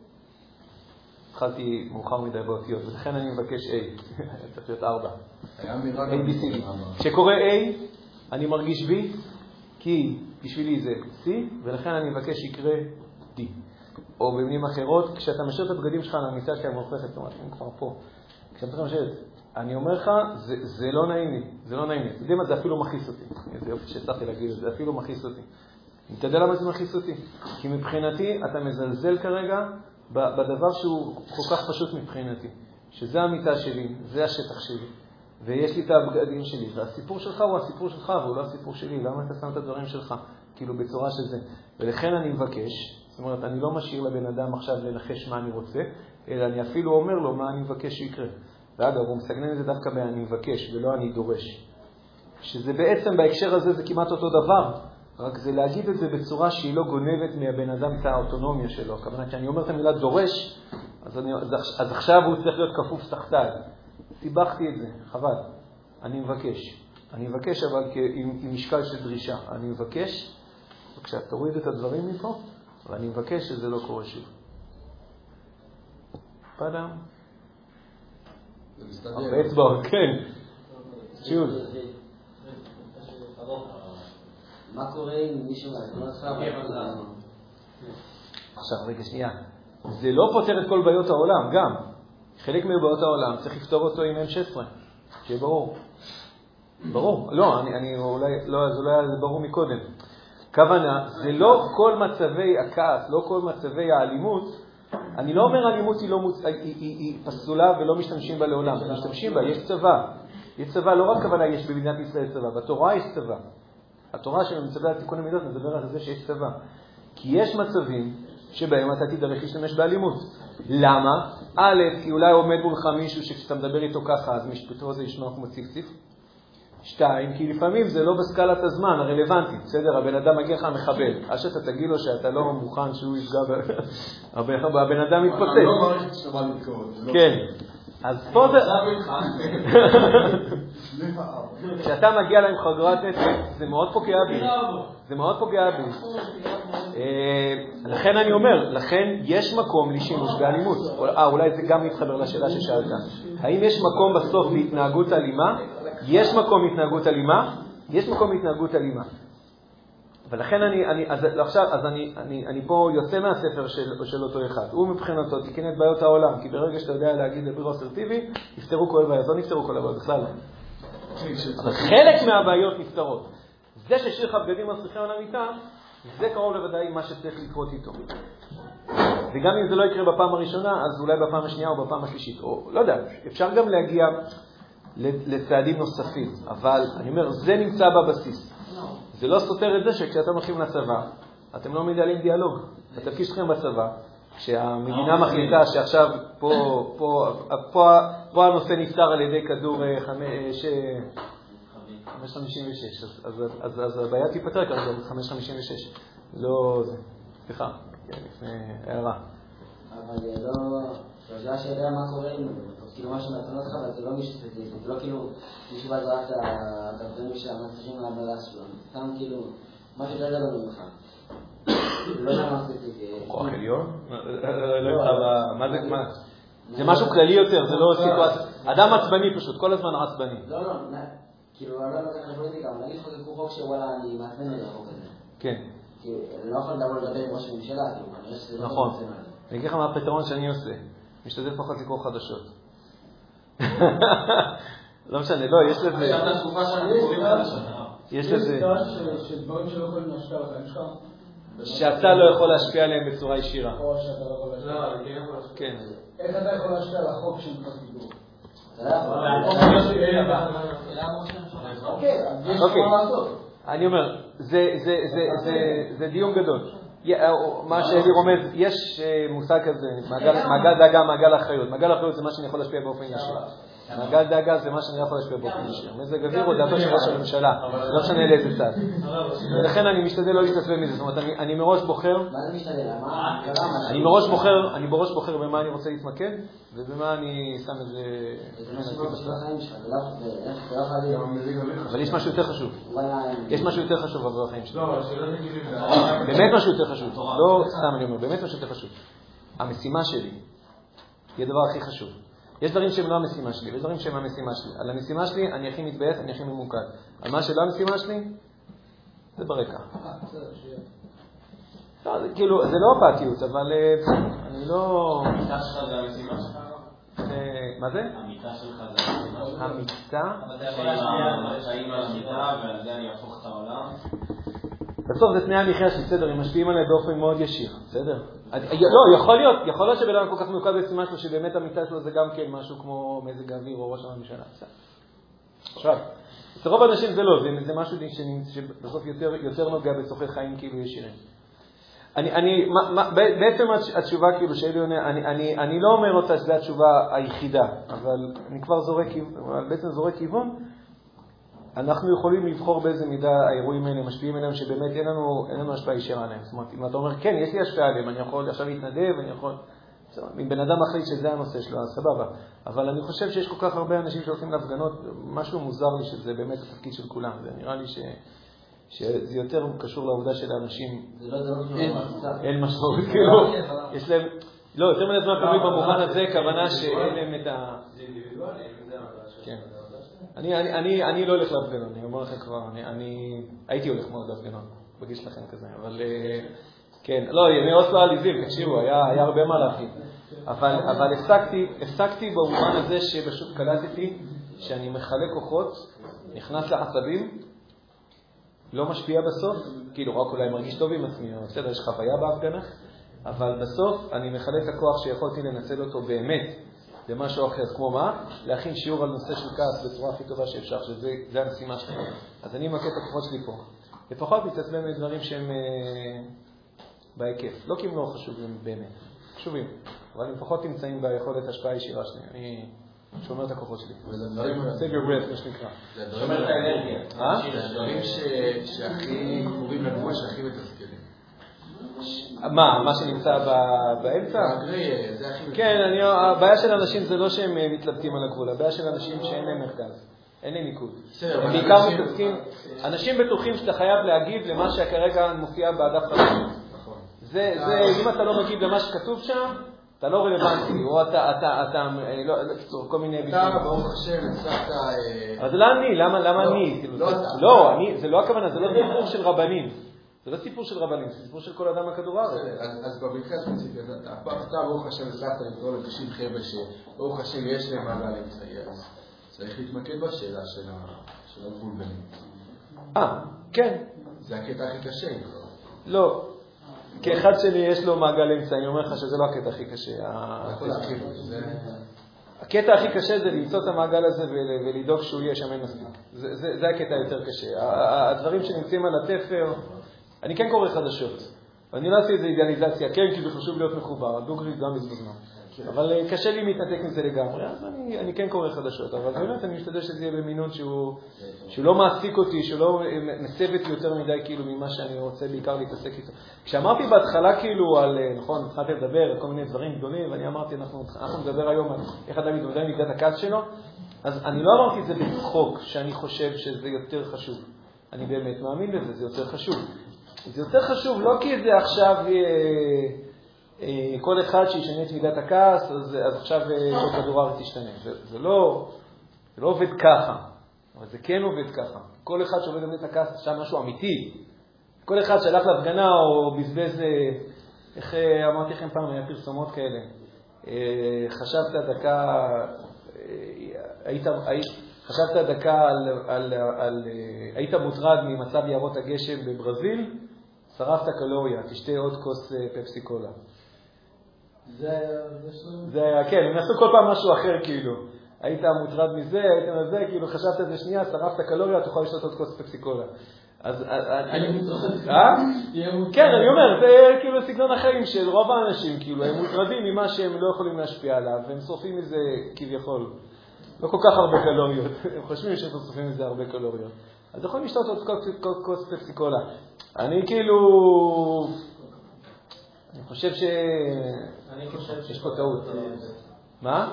התחלתי מאוחר מדי באותיות, ולכן אני מבקש A. צריך להיות 4. A, B, C. כשקורה A, אני מרגיש B, כי בשבילי זה C, ולכן אני מבקש שיקרה D. או במילים אחרות, כשאתה משאיר את הבגדים שלך למיטה שלהם הופכת, זאת אומרת, הם כבר פה. כשאתה משאיר, אני אומר לך, זה לא נעים לי, זה לא נעים לי. אתה יודע מה, זה אפילו מכעיס אותי. זה יופי שצריך להגיד את זה, זה אפילו מכעיס אותי. אתה יודע למה זה מכעיס אותי? כי מבחינתי אתה מזלזל כרגע בדבר שהוא כל כך פשוט מבחינתי. שזה המיטה שלי, זה השטח שלי, ויש לי את הבגדים שלי, והסיפור שלך הוא הסיפור שלך, והוא לא הסיפור שלי. למה אתה שם את הדברים שלך? כאילו בצורה שזה. ולכן אני מבקש, זאת אומרת, אני לא משאיר לבן אדם עכשיו לנחש מה אני רוצה, אלא אני אפילו אומר לו מה אני מבקש שיקרה. ואגב, הוא מסגנן את זה דווקא אני מבקש, ולא אני דורש. שזה בעצם בהקשר הזה זה כמעט אותו דבר, רק זה להגיד את זה בצורה שהיא לא גונבת מהבן אדם את האוטונומיה שלו. כמובן, כשאני אומר את המילה דורש, אז עכשיו הוא צריך להיות כפוף תחתיי. סיבכתי את זה, חבל. אני מבקש אבל עם משקל של דרישה. אני מבקש, בבקשה, תוריד את הדברים מפה, ואני מבקש שזה לא קורה שוב. פאדם. באצבעות, כן. שוב. מה קורה אם מישהו לא נצחה? עכשיו, רגע, שנייה. זה לא פותר את כל בעיות העולם, גם. חלק מבעיות העולם צריך לפתור אותו עם M16. שיהיה ברור. ברור. לא, אז אולי זה ברור מקודם. כוונה, זה לא כל מצבי הכעס, לא כל מצבי האלימות. אני לא אומר אלימות היא פסולה ולא משתמשים בה לעולם. משתמשים בה, יש צבא. יש צבא, לא רק כוונה יש במדינת ישראל צבא, בתורה יש צבא. התורה שמצווה על תיקון המידות מדבר על זה שיש צבא. כי יש מצבים שבהם אתה תידרש להשתמש באלימות. למה? א', כי אולי עומד מולך מישהו שכשאתה מדבר איתו ככה, אז משפטו זה ישמע כמו ציפציף. 2, כי לפעמים זה לא בסקלת הזמן הרלוונטית, בסדר? הבן אדם מגיע לך מחבל, אז שאתה תגיד לו שאתה לא מוכן שהוא יפגע, הבן אדם מתפוצץ. אני לא מעריך שאתה מתקרות. כן. אז פה זה... כשאתה מגיע להם חגרת נפש, זה מאוד פוגע בי. זה מאוד פוגע בי. לכן אני אומר, לכן יש מקום לשימוש באלימות. אולי זה גם מתחבר לשאלה ששאלת. האם יש מקום בסוף בהתנהגות אלימה? יש מקום התנהגות אלימה? יש מקום התנהגות אלימה. ולכן אני פה יוצא מהספר של אותו אחד. הוא מבחינתו תיקן את בעיות העולם, כי ברגע שאתה יודע להגיד לבירו אסרטיבי, יפתרו כל הבעיות, לא נפתרו כל הבעיות בכלל. אבל חלק מהבעיות נפתרות. זה ששיר לך בגדים מסריחים על המיטה, זה קרוב לוודאי מה שצריך לקרות איתו. וגם אם זה לא יקרה בפעם הראשונה, אז אולי בפעם השנייה או בפעם השלישית. או לא יודע, אפשר גם להגיע לצעדים נוספים, אבל אני אומר, זה נמצא בבסיס. זה לא סותר את זה שכשאתם הולכים לצבא, אתם לא מנהלים דיאלוג. התפקיד שלכם בצבא, כשהמדינה מחליטה שעכשיו פה הנושא נפתר על ידי כדור 556, אז הבעיה תיפטר כרגע ב-556. לא זה. סליחה, לפני הערה. אבל זה לא... שאלה שיודע מה קורה עם זה, כאילו משהו נתן אותך, אבל זה לא מישהו ספציפי, זה לא כאילו מישהו בעזרת הדרדנים שהמצליחים להבלס שלו, סתם כאילו משהו יותר גדול ממך. זה לא מה ספציפי. כוח עליון? מה זה? זה משהו כללי יותר, זה לא סיטואציה. אדם עצבני פשוט, כל הזמן עצבני. לא, כאילו אני לא יודע איך פוליטיקה, אבל נגיד חוקקו חוק שוואלה אני מעצבן את החוק הזה. כן. כאילו, אני לא יכול לדבר עם ראש הממשלה, כאילו, אני חושב שזה לא נכון. אני אגיד לך מה הפתרון שאני עושה. משתדל פחות לקרוא חדשות. לא משנה, לא, יש לזה... עכשיו התקופה שאנחנו קוראים חדשות. יש לזה... של דברים שלא יכולים להשפיע על החיים שלך. שאתה לא יכול להשפיע עליהם בצורה ישירה. או שאתה לא יכול להשפיע. לא, אני כן יכול להשפיע. כן. איך אתה יכול להשפיע על החוק של חסידות? אוקיי, אז יש מה לעשות. אני אומר, זה דיון גדול. מה שאלי רומז, יש מושג כזה, מעגל דאגה, מעגל אחריות. מעגל אחריות זה מה שאני יכול להשפיע באופן ישיר. מעגל דאגה זה מה שאני יכול להשפיע באופן ישיר. מזג אוויר הוא דעתו של ראש הממשלה, לא משנה לאיזה צד. ולכן אני משתדל לא להתעצבן מזה. זאת אומרת, אני מראש בוחר... מה זה משתדל? אני מראש בוחר במה אני רוצה להתמקד, ובמה אני שם את זה... זה מה שבא בשביל החיים שלך, זה לא חייב... אבל יש משהו יותר חשוב. יש משהו יותר חשוב עבור החיים שלך. לא, שלא נגידים. באמת משהו יותר חשוב. לא סתם אני אומר, באמת משהו יותר חשוב. המשימה שלי היא הדבר הכי חשוב. יש דברים שהם לא המשימה שלי, ויש דברים שהם המשימה שלי. על המשימה שלי אני הכי מתבייס, אני הכי ממוקד. על מה שלא המשימה שלי, זה ברקע. לא, כאילו, זה לא אפתיות, אבל אני לא... המיטה שלך זה המשימה שלך? מה זה? המיטה שלך זה המשימה שלך? המיטה? אבל אתה יכול להשפיע בחיים על המיטה, ועל זה אני אהפוך את העולם. בסוף זה תנאי המחיה שלי, בסדר, הם משפיעים עליי באופן מאוד ישיר, בסדר? לא, יכול להיות שבן אדם כל כך ממוקד במשימה שלו, שבאמת המיטה שלו זה גם כן משהו כמו מזג האוויר או ראש הממשלה. עכשיו, אצל רוב האנשים זה לא, זה משהו שבסוף יותר נוגע בצורכי חיים כאילו ישירים. בעצם התשובה כאילו שאלי עונה, אני לא אומר אותה שזו התשובה היחידה, אבל אני כבר זורק כיוון. אנחנו יכולים לבחור באיזה מידה האירועים האלה משפיעים עליהם שבאמת אין לנו השפעה ישירה עליהם. זאת אומרת, אם אתה אומר, כן, יש לי השפעה עליהם, אני יכול עכשיו להתנדב, אני יכול... אם בן אדם מחליט שזה הנושא שלו, אז סבבה. אבל אני חושב שיש כל כך הרבה אנשים שהולכים להפגנות, משהו מוזר לי שזה באמת התפקיד של כולם. זה נראה לי שזה יותר קשור לעובדה של האנשים. אין משמעות, כאילו. יש להם... לא, יותר מן הזמן פעמים במובן הזה, כוונה שאין להם את ה... זה אינדיבידואלי, זה המטרה כן. אני לא הולך להפגנות, אני אומר לכם כבר, אני הייתי הולך מאוד להפגנות, בגיש לכם כזה, אבל כן, לא, אני עוד לא עליזים, תקשיבו, היה הרבה מה להפגין, אבל הפסקתי במובן הזה שפשוט קלטתי שאני מחלק כוחות, נכנס לעצבים, לא משפיע בסוף, כאילו רק אולי מרגיש טוב עם עצמי, בסדר, יש חוויה בהפגנה, אבל בסוף אני מחלק את הכוח שיכולתי לנצל אותו באמת, זה משהו אחר, כמו מה? להכין שיעור על נושא של כעס בצורה הכי טובה שאפשר, שזה המשימה שלי. אז אני מקד את הכוחות שלי פה. לפחות מתעצבן מדברים שהם בהיקף. לא כי הם לא חשובים באמת, חשובים. אבל הם לפחות נמצאים ביכולת השפעה ישירה שלי. אני שומר את הכוחות שלי. Save your breath, מה שנקרא. שומר את האנרגיה. זה דברים שהכי קרובים לגבול, שהכי מתסכלים. מה שנמצא באמצע? כן, הבעיה של אנשים זה לא שהם מתלבטים על הגבול, הבעיה של אנשים שאין להם מרכז, אין להם ניקוד. הם בעיקר מתעסקים, אנשים בטוחים שאתה חייב להגיב למה שכרגע מופיע בדף חדש. זה, אם אתה לא מגיב למה שכתוב שם, אתה לא רלוונטי, או אתה, כל מיני ביטוי. אתה, ברוך השם, הצלחת... אז למה אני? לא, זה לא הכוונה, זה לא סיפור של רבנים. זה לא סיפור של רבנים, זה סיפור של כל אדם הכדור הארץ. אז במקרה הספציפי, אתה ברוך השם הצלחת לקרוא ל-90 חבר'ה שברוך השם יש להם מעגל אמצעי, אז צריך להתמקד בשאלה של הגבול ביניהם. כן. זה הקטע הכי קשה. לא. כאחד שלי יש לו מעגל אמצעי, אני אומר לך שזה לא הקטע הכי קשה. הקטע הכי קשה זה למצוא את המעגל הזה ולדאוג שהוא יהיה שמן מספיק. זה הקטע יותר קשה. הדברים שנמצאים על התפר, אני כן קורא חדשות. אני לא עושה איזו אידיאליזציה, כן, כי זה חשוב להיות מחובר. הדוגרי גם בזמן. אבל קשה לי להתנתק מזה לגמרי, אז אני כן קורא חדשות. אבל באמת אני משתדל שזה יהיה במינון שהוא לא מעסיק אותי, שהוא לא מסבת יותר מדי כאילו ממה שאני רוצה בעיקר להתעסק איתו. כשאמרתי בהתחלה כאילו על, נכון, התחלתי לדבר על כל מיני דברים גדולים, ואני אמרתי, אנחנו נדבר היום על איך אדם מתמודד עם מידת הכעס שלו, אז אני לא אמרתי את זה בצחוק, שאני חושב שזה יותר חשוב. אני באמת מאמין בזה, זה יותר חשוב. זה יותר חשוב לא כי זה עכשיו כל אחד שישנה את מידת הכעס, אז עכשיו כל כדור הארץ ישתנה. זה לא עובד ככה, אבל זה כן עובד ככה. כל אחד שעובד במידת הכעס עכשיו משהו אמיתי. כל אחד שהלך להפגנה או בזבז, איך אמרתי לכם פעם, היה פרסומות כאלה. חשבת דקה, חשבת דקה היית מוטרד ממצב יערות הגשם בברזיל, שרפת קלוריה, תשתה עוד כוס פפסי קולה. זה היה, כן, הם עשו כל פעם משהו אחר כאילו. היית מוטרד מזה, היית מזה, כאילו חשבת את זה שנייה, שרפת קלוריה, תוכל לשתות עוד כוס פפסי קולה. אז כן, אני אומר, זה כאילו סגנון החיים של רוב האנשים, כאילו הם מוטרדים ממה שהם לא יכולים להשפיע עליו, והם שורפים מזה כביכול. לא כל כך הרבה קלוריות. הם חושבים שהם תוספים מזה הרבה קלוריות. אז יכולים לשתות עוד כוס פפסי קולה. אני כאילו... אני חושב שיש פה טעות. מה?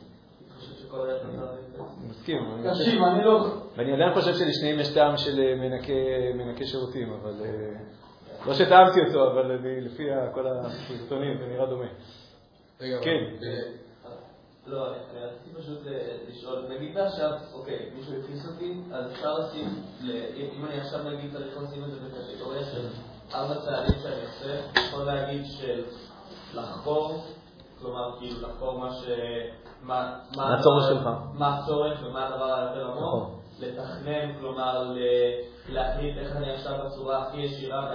אני מסכים. ואני עדיין חושב שלשניהם יש טעם של מנקי שירותים, אבל... לא שטעמתי אותו, אבל לפי כל הסרטונים זה נראה דומה. כן. לא, אני רציתי פשוט לשאול, נגיד עכשיו, אוקיי, מישהו הכניס אותי, אז אפשר לשים, אם אני עכשיו נגיד צריך לשים את זה בקטגוריה של 4 צעדים שאני עושה, יכול להגיד של לחקור, כלומר כאילו לחקור מה הצורך שלך. מה הצורך ומה הדבר היותר עמוק, לתכנן, כלומר להחליט איך אני עכשיו בצורה הכי ישירה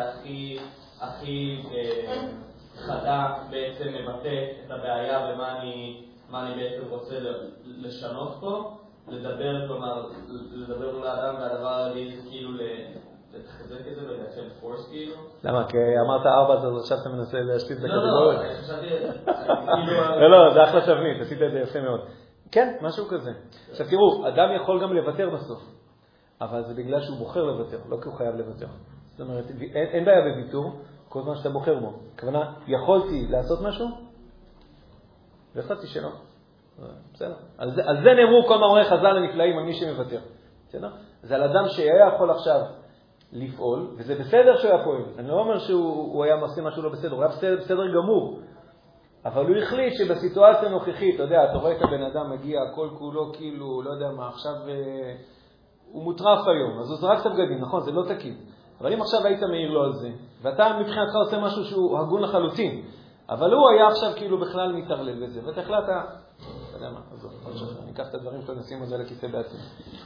והכי חדה בעצם מבטא את הבעיה ומה אני בעצם רוצה לשנות פה, לדבר, כלומר, לדבר מול האדם והדבר הרגיל כאילו לתחזק את זה ולייצר פורס כאילו. למה? כי אמרת 4, אז עכשיו אתה מנסה להשתית את הקטגוריה? לא, אני חשבתי... לא, זה אחלה תבנית, עשית את זה יפה מאוד. כן, משהו כזה. עכשיו תראו, אדם יכול גם לוותר בסוף, אבל זה בגלל שהוא בוחר לוותר, לא כי הוא חייב לוותר. זאת אומרת, אין בעיה בוויתור, כל זמן שאתה בוחר בו. הכוונה, יכולתי לעשות משהו? והחלטתי שלא. בסדר. על זה נאמרו כל מאמרי חז"ל הנפלאים על מי שמוותר. בסדר? זה על אדם שהיה יכול עכשיו לפעול, וזה בסדר שהוא היה פועל. אני לא אומר שהוא היה עושה משהו לא בסדר, הוא היה בסדר גמור. אבל הוא החליט שבסיטואציה הנוכחית, אתה יודע, אתה רואה את הבן אדם מגיע כל כולו כאילו, לא יודע מה, עכשיו הוא מוטרף היום, אז הוא זרק את הבגדים, נכון? זה לא תקין. אבל אם עכשיו היית מעיר לו על זה, ואתה מבחינתך עושה משהו שהוא הגון לחלוטין, אבל הוא היה עכשיו כאילו בכלל מתערלל בזה, ואתה החלטת, אתה יודע מה, אז אני אקח את הדברים שלו, נשים את זה לכיסא בעצמי.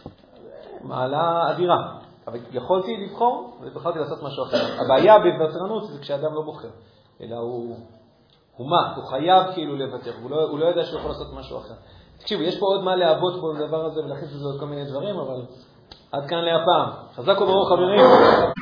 מעלה אדירה. אבל יכולתי לבחור, ובחרתי לעשות משהו אחר. הבעיה בוותרנות זה כשאדם לא בוחר, אלא הוא חייב כאילו לוותר, הוא לא יודע שהוא יכול לעשות משהו אחר. תקשיבו, יש פה עוד מה להעבוד פה בדבר הזה, ולהכניס לזה עוד כל מיני דברים, אבל עד כאן להפעם. חזק וברוך חברים.